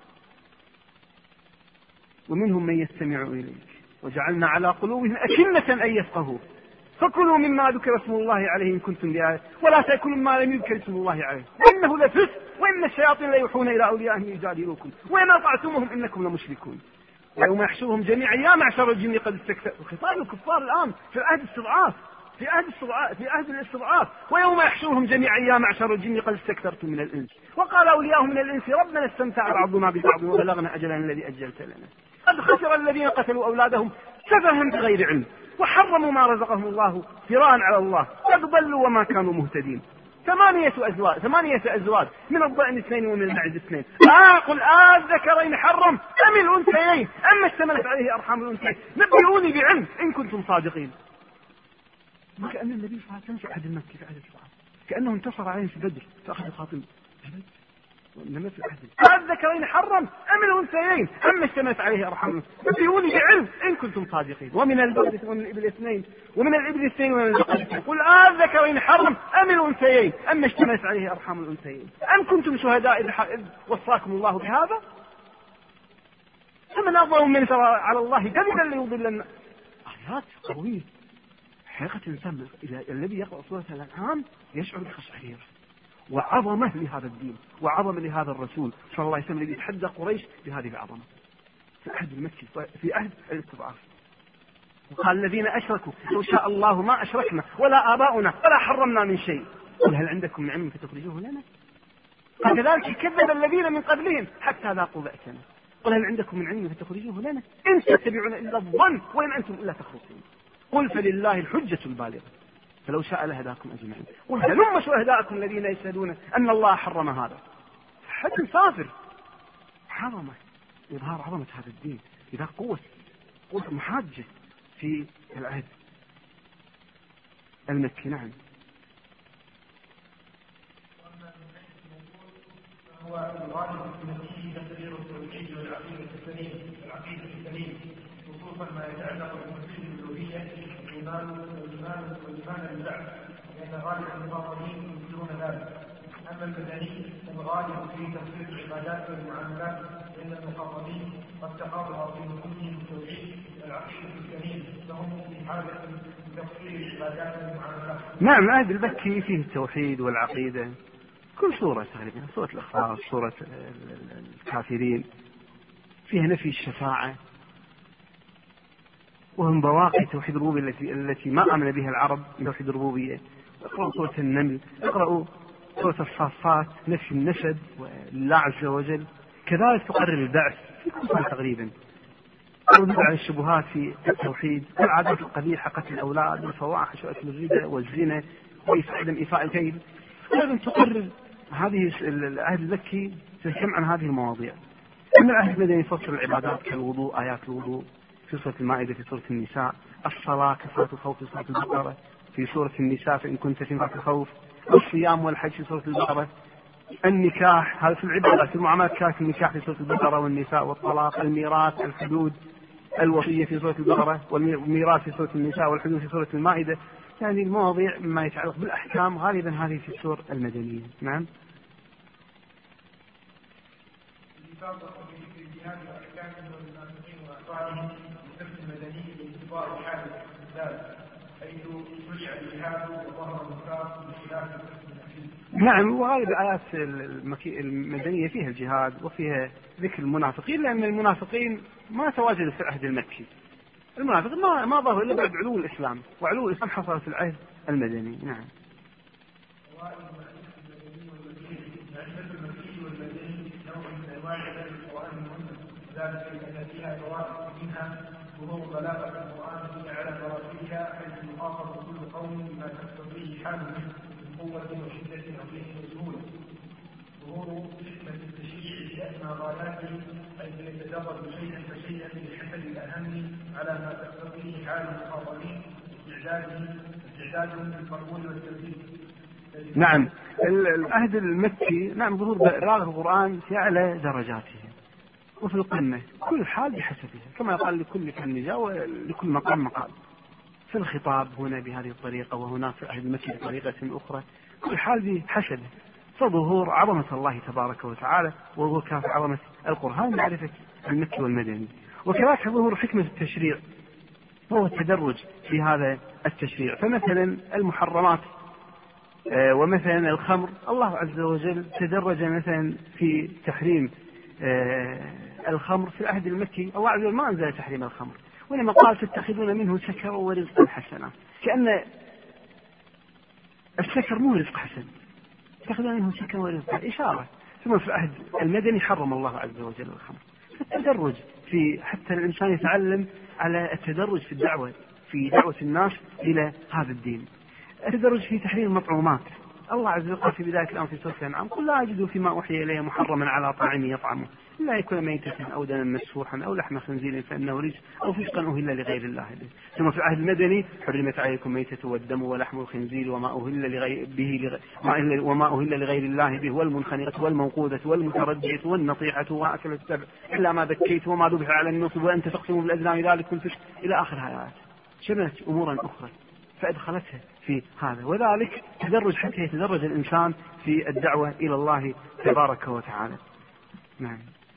ومنهم من يستمع إليك وجعلنا على قلوبهم أكنة أن يفقهوا فكلوا مما ذكر اسم الله عليه إن كنتم بآية ولا تأكلوا ما لم يذكر اسم الله عليه وإنه لفسق وإن الشياطين ليوحون إلى أوليائهم يجادلوكم وإن أطعتموهم إنكم لمشركون ويوم يحشرهم جميعا يا معشر الجن قد استكثروا. خطاب الكفار الآن في عهد الاستضعاف في عهد الاستضعاف. ويوم يحشرهم جميعا يا معشر الجن قد استكثرتم من الإنس وقال أولياؤهم من الإنس ربنا استمتع بعضنا ببعض وبلغنا أجلنا الذي أجلت لنا. قد خسر الذين قتلوا أولادهم سفها بغير علم وحرموا ما رزقهم الله افتراء على الله قد ضلوا وما كانوا مهتدين. 8 أزواج من الضأن 2 ومن المعز 2. قل الذكرين حرم أم الأنثيين أما اشتملت عليه أرحام الأنثيين نبئوني بعلم إن كنتم صادقين. ما كأن النبي صلى الله عليه وسلم في عهد المكي في عهد الصحابة كأنه انتصر عليهم في بدر فأخذ خاتم وإنما في العهد الذكرين حرم أم الأنثيين أما اشتملت عليه أرحام نبئوني بعلم إن كنتم صادقين. ومن الإبل 2 ومن الذكر قل الذكرين حرم أم الأنثيين أما اشتملت عليه أرحام الأنثيين أم كنتم شهداء إذ وصاكم الله بهذا فمن أظلم من ترى على الله كذبا ليضل الناس. آيات قوية حقيقة إنسان الذي يقرأ سورة الأنعام يشعر بخشعير وعظمة لهذا الدين وعظمة لهذا الرسول صلى الله عليه وسلم الذي يتحدى قريش بهذه العظمة في عهد المكي في عهد الاستضعاف. وقال الذين أشركوا لو شاء الله ما أشركنا ولا آباؤنا ولا حرمنا من شيء قل هل عندكم من علم فتخرجوه لنا. قال كذلك كذب الذين من قبلهم حتى ذاقوا بأسنا قل هل عندكم من علم فتخرجوه لنا إن تتبعون إلا الظن وإن أنتم إلا تخرصون قل فلله الحجة البالغة فلو شاء لهداكم أجمعين قل هلم شهداءكم الذين يشهدون أن الله حرم هذا. حد صافر عظمة إظهار عظمة هذا الدين إذا قوة محاجة في العهد المكي. نعم. هو الغالب في المكي تقرير التوحيد والعقيدة السليم خصوصا ما يتعلق بالتوحيد الألوهية والإيمان بالبعث لأن غالب المفاضلين ينكرون ذلك. أما المدني الغالب في تفسير العبادات والمعاملات لأن المفاضلين قد تقاطعوا في نفوسهم التوحيد والعقيدة السليم فهم في حاجة لتفسير العبادات والمعاملات. نعم العهد المكي فيه التوحيد والعقيدة كل سورة تقريبا سورة الإخلاص سورة الكافرين فيها نفي الشفاعة وهم بواقي توحيد الربوبية التي ما آمن بها العرب من توحيد الربوبية. اقرأوا سورة النمل، اقرأوا سورة الصافات، نفي النسب لله عز وجل، كذلك تقرر البعث في كل سورة تقريبا، ترد على الشبهات في التوحيد، العادات القبيحة، قتل الأولاد والفواحش وأكل الربا والزنا وعدم إيفاء الكيل. لازم تقرر هذه العهد المكي تتكلم عن هذه المواضيع. أما العهد المدني يفصل العبادات كالوضوء، آيات الوضوء في سورة المائدة، في سورة النساء، الصلاة كصلاة الخوف في سورة البقرة، في سورة النساء فإن كنت في صلاة الخوف، الصيام والحج في سورة البقرة، النكاح هذا في العبادات، المعاملات كانت النكاح في سورة البقرة، والنساء والطلاق، الميراث، الحدود، الوصية في سورة البقرة، والميراث في سورة النساء، والحدود في سورة المائدة. يعني المواضيع ما يتعلق بالأحكام غالبا هذه في السور المدنية. نعم. نعم، وغالب الآيات المدنية فيها الجهاد وفيها ذكر المنافقين، لأن المنافقين ما تواجدوا في العهد المكي. المنافق ما ظهروا إلا بعد علو الإسلام، وعلو الإسلام حصل في العهد المدني. نعم. لأن فيها فوائد منها ظهور بلاغة القرآن على مراتبها، حيث يخاطب كل قوم بما تقتضيه حاله من قوة وشدة أو وسهولة. ظهور حكمة التشريع بأسمى غاياته، حيث يتدرج شيئا فشيئا بحسب الأهم على ما تقتضيه حال المخاطبين، استعدادهم للقبول والتنفيذ. نعم، العهد المكي نعم ظهور بلاغة القرآن في أعلى درجاته وفي القمة، كل حال بحسبها، كما قال لكل كالنجاة ولكل مقام مقال. في الخطاب هنا بهذه الطريقة، وهناك في العهد المكي بطريقة أخرى، كل حال بحسبه. فظهور عظمة الله تبارك وتعالى، وظهور كانت عظمة القرآن معرفة المكي والمدني، وكذلك ظهور حكمة التشريع وهو التدرج في هذا التشريع. فمثلا المحرمات ومثلا الخمر، الله عز وجل تدرج مثلا في تحريم الخمر في العهد المكي. الله عز وجل ما أنزل تحريم الخمر، وإنما قال تتخذون منه سكرا ورزقا حسنا، كأن السكر مو رزق حسن، تتخذون منه سكرا ورزقا إشارة. ثم في العهد المدني حرم الله عز وجل الخمر. التدرج في حتى الإنسان يتعلم على التدرج في الدعوة، في دعوة الناس إلى هذا الدين. التدرج في تحريم المطعومات، الله عز وجل قال في بداية الأمر في سورة الأنعام: قل لا أجد فيما أوحي إلي محرما على طاعم يطعمه إلا يكون ميتة أو دما مسفوحا أو لحم خنزير فإنه رجس أو فسقا أهل لغير الله به. ثم في العهد المدني: حرمت عليكم ميتة والدم ولحم الخنزير وما أهل لغير الله به والمنخنقة والموقوذة والمتردية والنطيحة وأكل السبع إلا ما ذكيت وما ذبح على النصب وأن تقسموا بالأزلام ذلك الفسق إلى آخر الآيات. شملت أمورا أخرى فأدخلتها في هذا، وذلك تدرج حتى يتدرج الإنسان في الدعوة إلى الله تبارك وتعالى. نعم.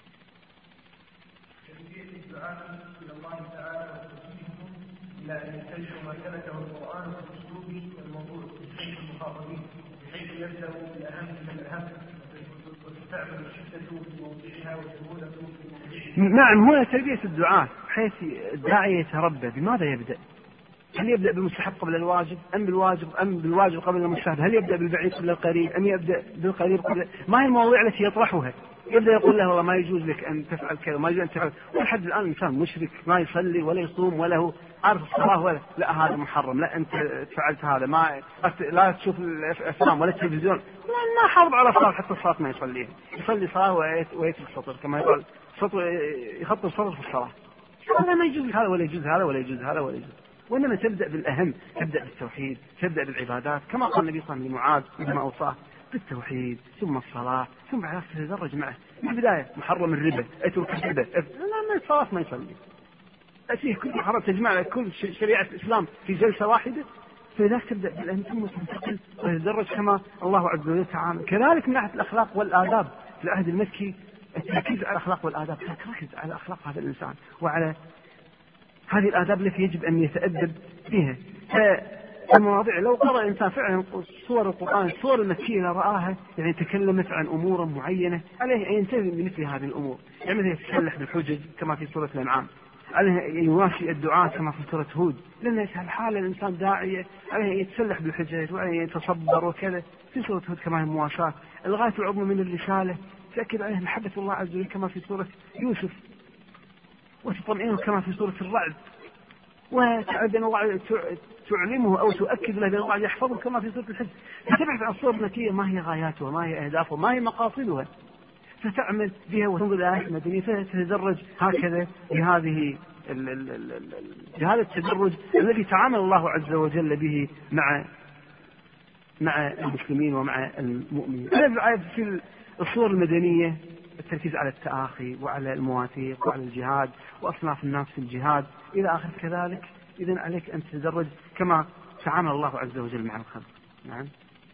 إلى الله تعالى وتوجيههم إلى أن يتبعوا ما ثبته القرآن في الأسلوب والموضوع بحيث المخاطبين، بحيث يبدأوا بالأهم من الأهم وتستعمل الشدة في موضعها والسهولة في موضعها. نعم، هنا تربية الدعاء بحيث الداعية يتربى. بماذا يبدأ؟ هل يبدأ بالمستحب قبل الواجب أم بالواجب قبل المستحب؟ هل يبدأ بالبعيد قبل القريب أم يبدأ بالقريب قبل؟ ما هي المواضيع التي يطرحها؟ يبدأ يقول له والله ما يجوز لك أن تفعل كذا، ما يجوز أن تفعل. ولحد الآن الإنسان مشرك، ما يصلي ولا يصوم ولا هو عارف الصلاة ولا لا، هذا محرم، لا أنت فعلت هذا، ما لا تشوف الأفلام ولا التلفزيون. ما حافظ على الصلاة، حتى الصلاة ما يصليها، يصلي صلاة ويترك السطر كما يقال سطر، يخط السطر في الصلاة. هذا ما يجوز، هذا ولا يجوز، هذا ولا يجوز، هذا ولا يجوز. وإنما تبدأ بالأهم، تبدأ بالتوحيد، تبدأ بالعبادات، كما قال النبي صلى الله عليه وسلم لمعاذ عندما أوصاه بالتوحيد ثم الصلاة ثم بعد تتدرج معه. من البداية محرم الربا، اترك الربا، لا الصلاة ما يصلي، أتيه كل محرم، تجمع كل شريعة الإسلام في جلسة واحدة. فلذلك تبدأ بالأهم ثم تنتقل وتتدرج كما الله عز وجل تعالى. كذلك من ناحية الأخلاق والآداب في العهد المكي التركيز على الأخلاق والآداب، تركز على أخلاق هذا الإنسان وعلى هذه الآداب التي يجب أن يتأدب بها. فالمواضيع لو قرأ الإنسان فعلا صور القرآن، الصور المكية رآها يعني تكلمت عن أمور معينة، عليه أن ينتبه لمثل هذه الأمور. يعني مثل يتسلح بالحجج كما في سورة الأنعام، عليه يواسي الدعاة كما في سورة هود، لأن الحالة الإنسان داعية عليه يتسلح بالحجج وعليه يتصبر وكذا. في سورة هود كمان مواساة، الغاية العظمى من الرسالة تأكد عليه محبة الله عز وجل كما في سورة يوسف، وتطمئنه كما في سورة الرعد، وتعلم الله تعلمه أو تؤكد له بأن الله يحفظه كما في سورة الحج. فتبحث عن الصور النكية ما هي غاياتها، ما هي أهدافها، ما هي مقاصدها، فتعمل بها وتنظر إلى آيات مدنية فتتدرج هكذا بهذا التدرج الذي تعامل الله عز وجل به مع المسلمين ومع المؤمنين. في الصور المدنية التركيز على التآخي وعلى المواثيق وعلى الجهاد وأصناف الناس في الجهاد إلى آخر كذلك. إذن عليك أن تتدرج كما تعامل الله عز وجل مع الخلق. نعم.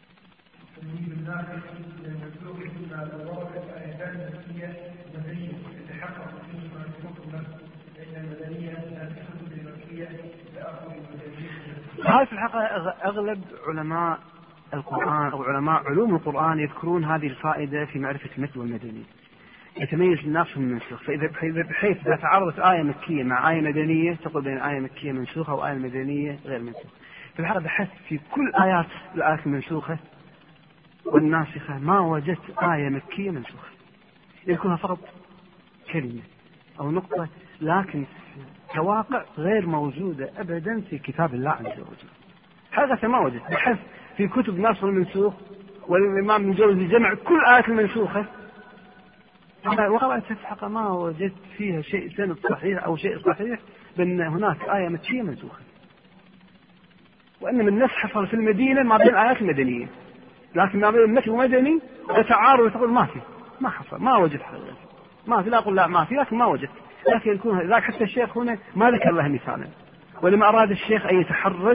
هذا في الحقيقة أغلب علماء القرآن أو علماء علوم القرآن يذكرون هذه الفائدة في معرفة المثل والمدني. يتميز الناس من المنسوخ، بحيث إذا تعارضت آية مكية مع آية مدنية تقول بين آية مكية منسوخة وآية مدنية غير منسوخة. في الحقيقة بحثت في كل آيات الآيات المنسوخة والناسخة ما وجدت آية مكية منسوخة، يكونها فقط كلمة أو نقطة، لكن كواقع غير موجودة أبدا في كتاب الله عز وجل. حقيقة ما وجدت. بحثت في كتب نصر المنسوخ والإمام الجوزي جمع كل آيات المنسوخة وقرأت في الحقيقة ما وجدت فيها شيء سند صحيح أو شيء صحيح بأن هناك آية مكية منسوخة، وإنما النسخ حصل في المدينة ما بين الآيات المدنية، لكن ما بين مكي ومدني وتعارض تقول ما حصل، ما وجدت حقيقة، ما في، لا أقول لا ما في، لكن ما وجدت. لكن يكون ذاك حتى الشيخ هنا ما ذكر له مثالا، ولما أراد الشيخ أن يتحرج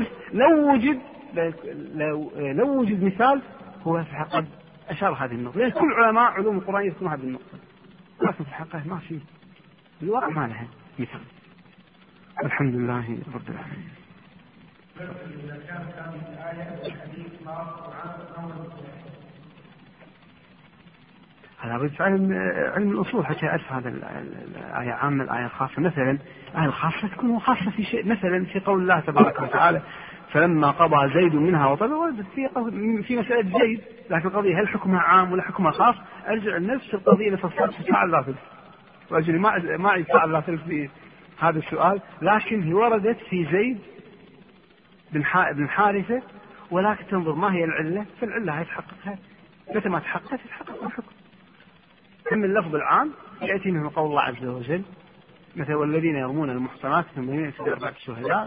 لو وجد مثال هو في الحقيقة أشار هذه النقطة، لأن كل علماء علوم القرآن يذكرون هذه النقطة، لكن في الحقيقة ما في بالواقع ما لها مثال. الحمد لله رب العالمين. هذا أريد علم الأصول حتى أعرف هذا الآية عامة الآية الخاصة. مثلا الآية الخاصة تكون خاصة في شيء، مثلا في قول الله تبارك وتعالى فلما قضى زيد منها وطلب، وردت في مسألة زيد، لكن القضية هل حكمها عام ولا حكمها خاص؟ أرجع لنفس القضية لفصلت في ساعة لا ثلث، وأجل ما أعيد ساعة لا ثلث في هذا السؤال، لكن هي وردت في زيد بن حارثة، ولكن تنظر ما هي العلة، فالعلة هي تحققها، متى ما تحققت تحقق الحكم. أما اللفظ العام يأتي من قول الله عز وجل مثل والذين يرمون المحصنات ثم يأتي 4 شهداء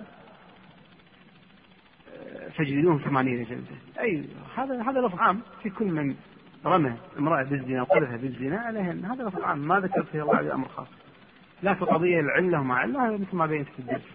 فجلدوهم 80 جلدة. أي هذا لفظ عام في كل من رمى امرأة بالزنا وقذفها بالزنا عليهن، هذا لفظ عام ما ذكر فيه الله عليه أمر خاص، لكن قضية العلة وما علة مثل ما بينت في الدرس.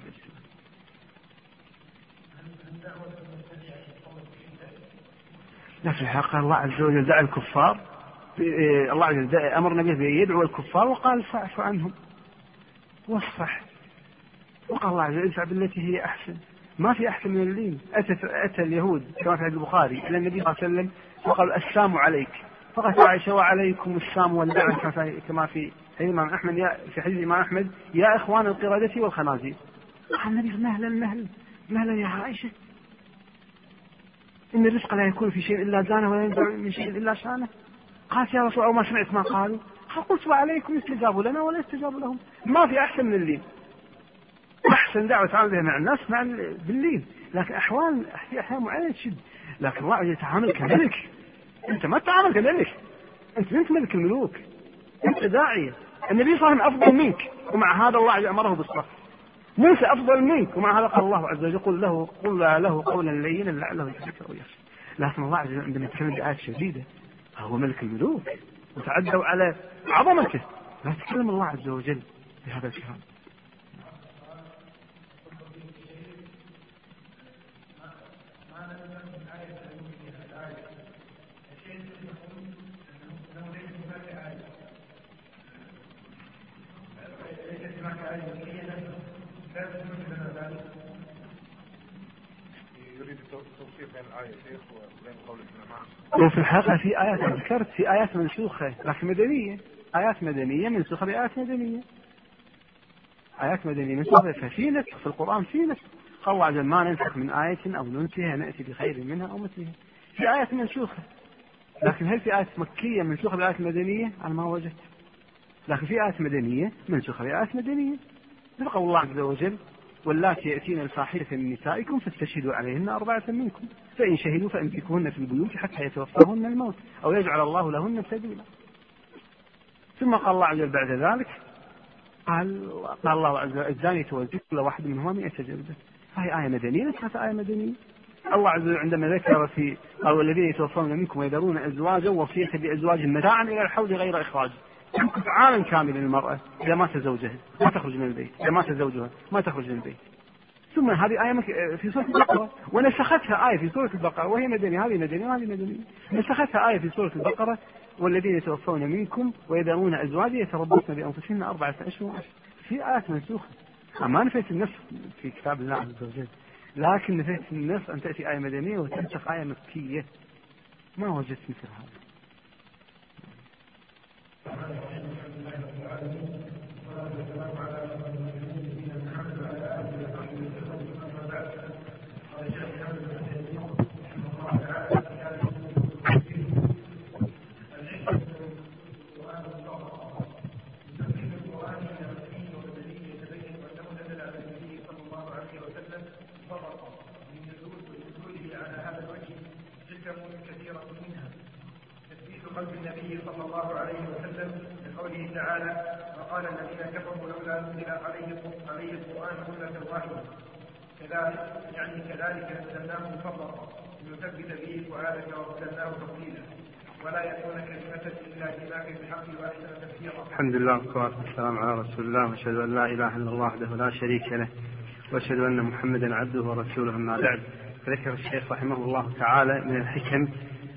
لا في الحقيقة الله عز وجل دعا الكفار، الله عز وجل أمر نبيه يدعو الكفار وقال فاعف عنهم واصفح، وقال الله عز وجل ادفع بالتي هي أحسن، ما في أحسن من اللين. أتى اليهود كما في البخاري إلى النبي صلى الله عليه وسلم وقال السام عليك، فقالت عائشة وعليكم السام واللعن، كما في حديث الإمام أحمد في حديث الإمام أحمد يا إخوان القردة والخنازير. قال النبي مهلا يا عائشة، إن الرزق لا يكون في شيء إلا زانه ولا ينزع من شيء إلا شانه. قالت يا رسول الله ما سمعت ما قالوا؟ قلت وعليكم يستجاب لنا ولا يستجاب لهم، ما في أحسن من اللين. أحسن دعوة تعامل بها مع الناس باللين، لكن أحيان معينة تشد، لكن الله يتعامل كملك، أنت ما تتعامل كملك، أنت ملك الملوك، أنت داعية. النبي صلى الله عليه وسلم أفضل منك ومع هذا الله أمره بالصف. موسى أفضل منك ومع هذا قال الله عز وجل قل له قولا لينا لعله يتذكر ويخشى. لكن الله عز وجل عندما يتكلم بآيات شديدة هو ملك الملوك وتعدوا على عظمته، لا تكلم الله عز وجل بهذا الكلام. وفي الحقيقة في آيات ذكرت في آيات منسوخة لكن مدنية، آيات مدنية منسوخة بآيات مدنية، آيات مدنية منسوخة، ففي نسخ في القرآن، في نسخ. قال الله عز وجل ما ننسخ من آية أو ننسها نأتي بخير منها أو مثلها. في آيات منسوخة، لكن هل في آيات مكية منسوخة بآيات مدنية؟ أنا ما وجدت. لكن في آيات مدنية منسوخة بآيات مدنية، مثل قول الله عز وجل واللاتي يأتين الفاحشة من نسائكم فاستشهدوا عليهن 4 منكم فإن شهدوا فأمسكوهن في البيوت حتى يتوفاهن الموت أو يجعل الله لهن سبيلا. ثم قال الله عز وجل بعد ذلك قال الله عز وجل الزانية والزاني كل واحد منهما 100 جلدة. هاي آية مدنية ليست آية مدنية. الله عز وجل عندما ذكر في قال والذين يتوفون منكم ويذرون أزواجا وصية لأزواجهم متاعا إلى الحول غير إخراج، تمكث عاما كاملا المرأة إذا مات زوجها ما تخرج من البيت، إذا مات زوجها ما تخرج من البيت. ثم هذه آية في سورة البقرة، ونسختها آية في سورة البقرة وهي مدنية، هذه مدنية وهذه مدنية. نسختها آية في سورة البقرة والذين يتوفون منكم ويذرون أزواجا يتربصن بأنفسهن 4 أشهر وعشرة. في آيات منسوخة. ما نفيت النص في كتاب الله عز وجل، لكن نفيت النص أن تأتي آية مدنية وتنسخ آية مكية. ما وجدت مثل هذا. قلب النبي صلى الله عليه وسلم لقوله تعالى وقال الذين كفروا لولا نزل عليه القرآن جملة واحدة كذلك نزلناه مفرقا لنثبت به فؤادك ورتلناه تفصيلا ولا يكون كلمة إلا جزاك بالحق وأحسن تفسيرا. الحمد لله والصلاة والسلام على رسول الله وأشهد أن لا إله إلا الله وحده لا شريك له وأشهد أن محمدا عبده ورسوله. أما بعد، فذكر الشيخ رحمه الله تعالى من الحكم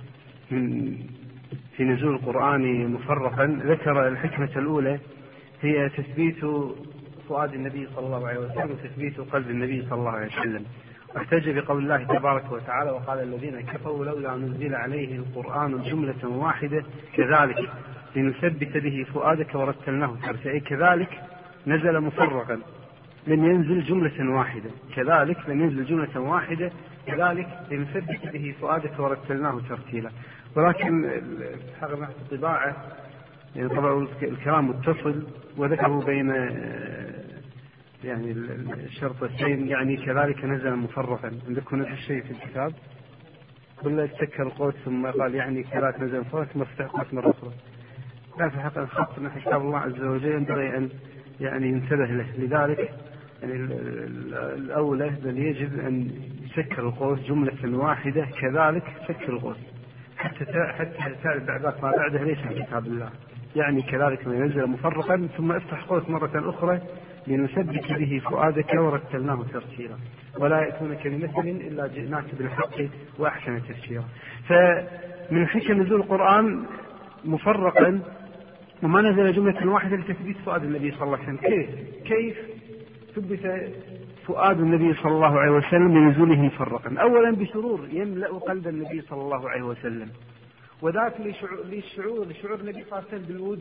في نزول القرآن مفرقا. ذكر الحكمة الأولى هي تثبيت فؤاد النبي صلى الله عليه وسلم وتثبيت قلب النبي صلى الله عليه وسلم، واحتج بقول الله تبارك وتعالى وقال الذين كفروا لولا نزل عليه القرآن جملة واحدة كذلك لنثبت به فؤادك ورتلناه ترتيلا. أي كذلك نزل مفرقا، لم ينزل جملة واحدة، كذلك لم ينزل جملة واحدة كذلك لنثبت به فؤادك ورتلناه ترتيلا. ولكن حق نحن الطباعة يعني طبعا الكلام متصل وذكروا بين يعني الشرطتين، يعني كذلك نزل مفرقا. عندكم نفس الشيء في الكتاب ولا تسكر القوس ثم قال يعني كذلك نزل مفرقا ثم افتح قوس مرة أخرى؟ لا، في حق الخط من كتاب الله عز وجل ينبغي أن يعني ينتبه له. لذلك يعني الأولى بل يجب أن يسكر القوس جملة واحدة كذلك سكر القوس حتى تعرف بعدك ما بعده ليس من كتاب الله. يعني كذلك ما ينزل مفرقا ثم افتح قوس مرة أخرى لنثبت به فؤادك ورتلناه ترتيلا ولا يأتونك بمثل إلا جئناك بالحق وأحسن تفسيرا. فمن حكم نزول القرآن مفرقا وما نزل جملة واحدة لتثبيت فؤاد النبي صلى الله عليه وسلم. كيف ثبت فؤاد النبي صلى الله عليه وسلم لنزوله مفرقا؟ أولا بسرور يملأ قلب النبي صلى الله عليه وسلم، وذاك لشعور النبي صلى الله عليه وسلم بالود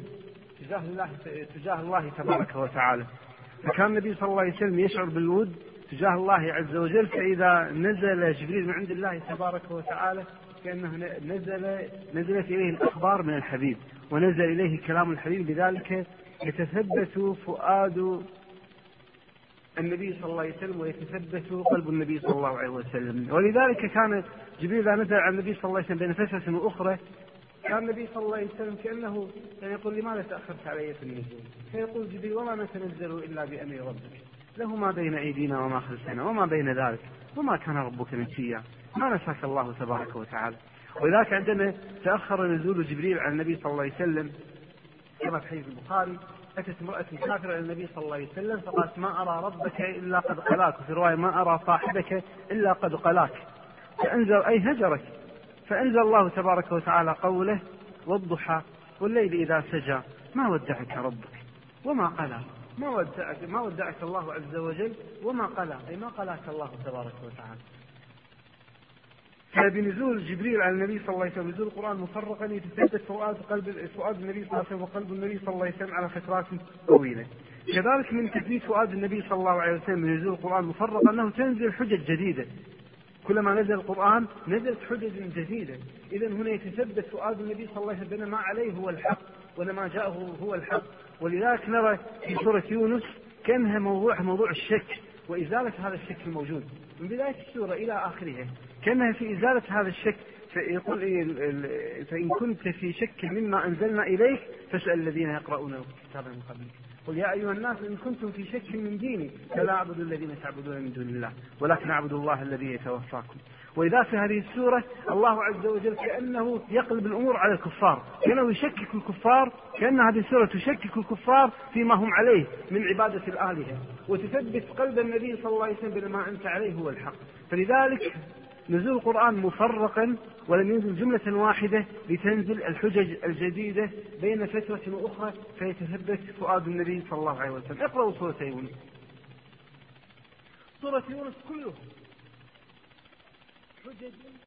تجاه الله تبارك وتعالى. فكان النبي صلى الله عليه وسلم يشعر بالود تجاه الله عز وجل، فإذا نزل جبريل من عند الله تبارك وتعالى كأنه نزلت إليه الأخبار من الحبيب ونزل إليه كلام الحبيب، لذلك يتثبت فؤاد النبي صلى الله عليه وسلم ويتثبت قلب النبي صلى الله عليه وسلم. ولذلك كان جبريل إذا نزل على النبي صلى الله عليه وسلم بين فترة وأخرى كان النبي صلى الله عليه وسلم كأنه يقول لماذا تأخرت علي في النزول؟ فيقول جبريل وما نتنزل إلا بأمر ربك له ما بين أيدينا وما خلفنا وما بين ذلك وما كان ربك نسيا، ما نساك الله تبارك وتعالى. ولذلك عندما تأخر نزول جبريل على النبي صلى الله عليه وسلم كما في حديث البخاري أتت امرأة كافرة إلى النبي صلى الله عليه وسلم فقالت ما أرى ربك إلا قد قلاك، وفي رواية ما أرى صاحبك إلا قد قلاك، فأنزل أي هجرك، فأنزل الله تبارك وتعالى قوله والضحى والليل إذا سجى ما ودعك ربك وما قلى. ما ودعك الله عز وجل وما قلى، أي ما قلاك الله تبارك وتعالى. فبنزول جبريل على النبي صلى الله عليه وسلم نزول القرآن مفرقا يتثبت فؤاد النبي صلى الله عليه وسلم وقلب النبي صلى الله عليه وسلم على فترات طويلة. كذلك من تثبيت فؤاد النبي صلى الله عليه وسلم من نزول القرآن مفرقا أنه تنزل حجج جديدة، كلما نزل القرآن نزلت حجج جديدة. إذا هنا يتثبت فؤاد النبي صلى الله عليه وسلم ما عليه هو الحق وما جاءه هو الحق. ولذلك نرى في سورة يونس كانها موضوع الشك وإزالة هذا الشك الموجود من بداية السورة إلى آخرها، كانها في إزالة هذا الشك. فيقول فإن كنت في شك مما أنزلنا إليك فاسأل الذين يقرؤون الكتاب من قبلك قل يا أيها الناس إن كنتم في شك من ديني فلا أعبد الذين تعبدون من دون الله ولكن أعبد الله الذي يتوفاكم. وإذا في هذه السورة الله عز وجل كأنه يقلب الأمور على الكفار، كأنه يشكك الكفار، كأن هذه السورة تشكك الكفار فيما هم عليه من عبادة الآلهة، وتثبت قلب النبي صلى الله عليه وسلم بما أنت عليه هو الحق. فلذلك نزول القرآن مفرقا ولم ينزل جملة واحدة لتنزل الحجج الجديدة بين فترة وأخرى فيتثبت فؤاد النبي صلى الله عليه وسلم. اقرأوا سورة يونس، سورة يونس كله حجج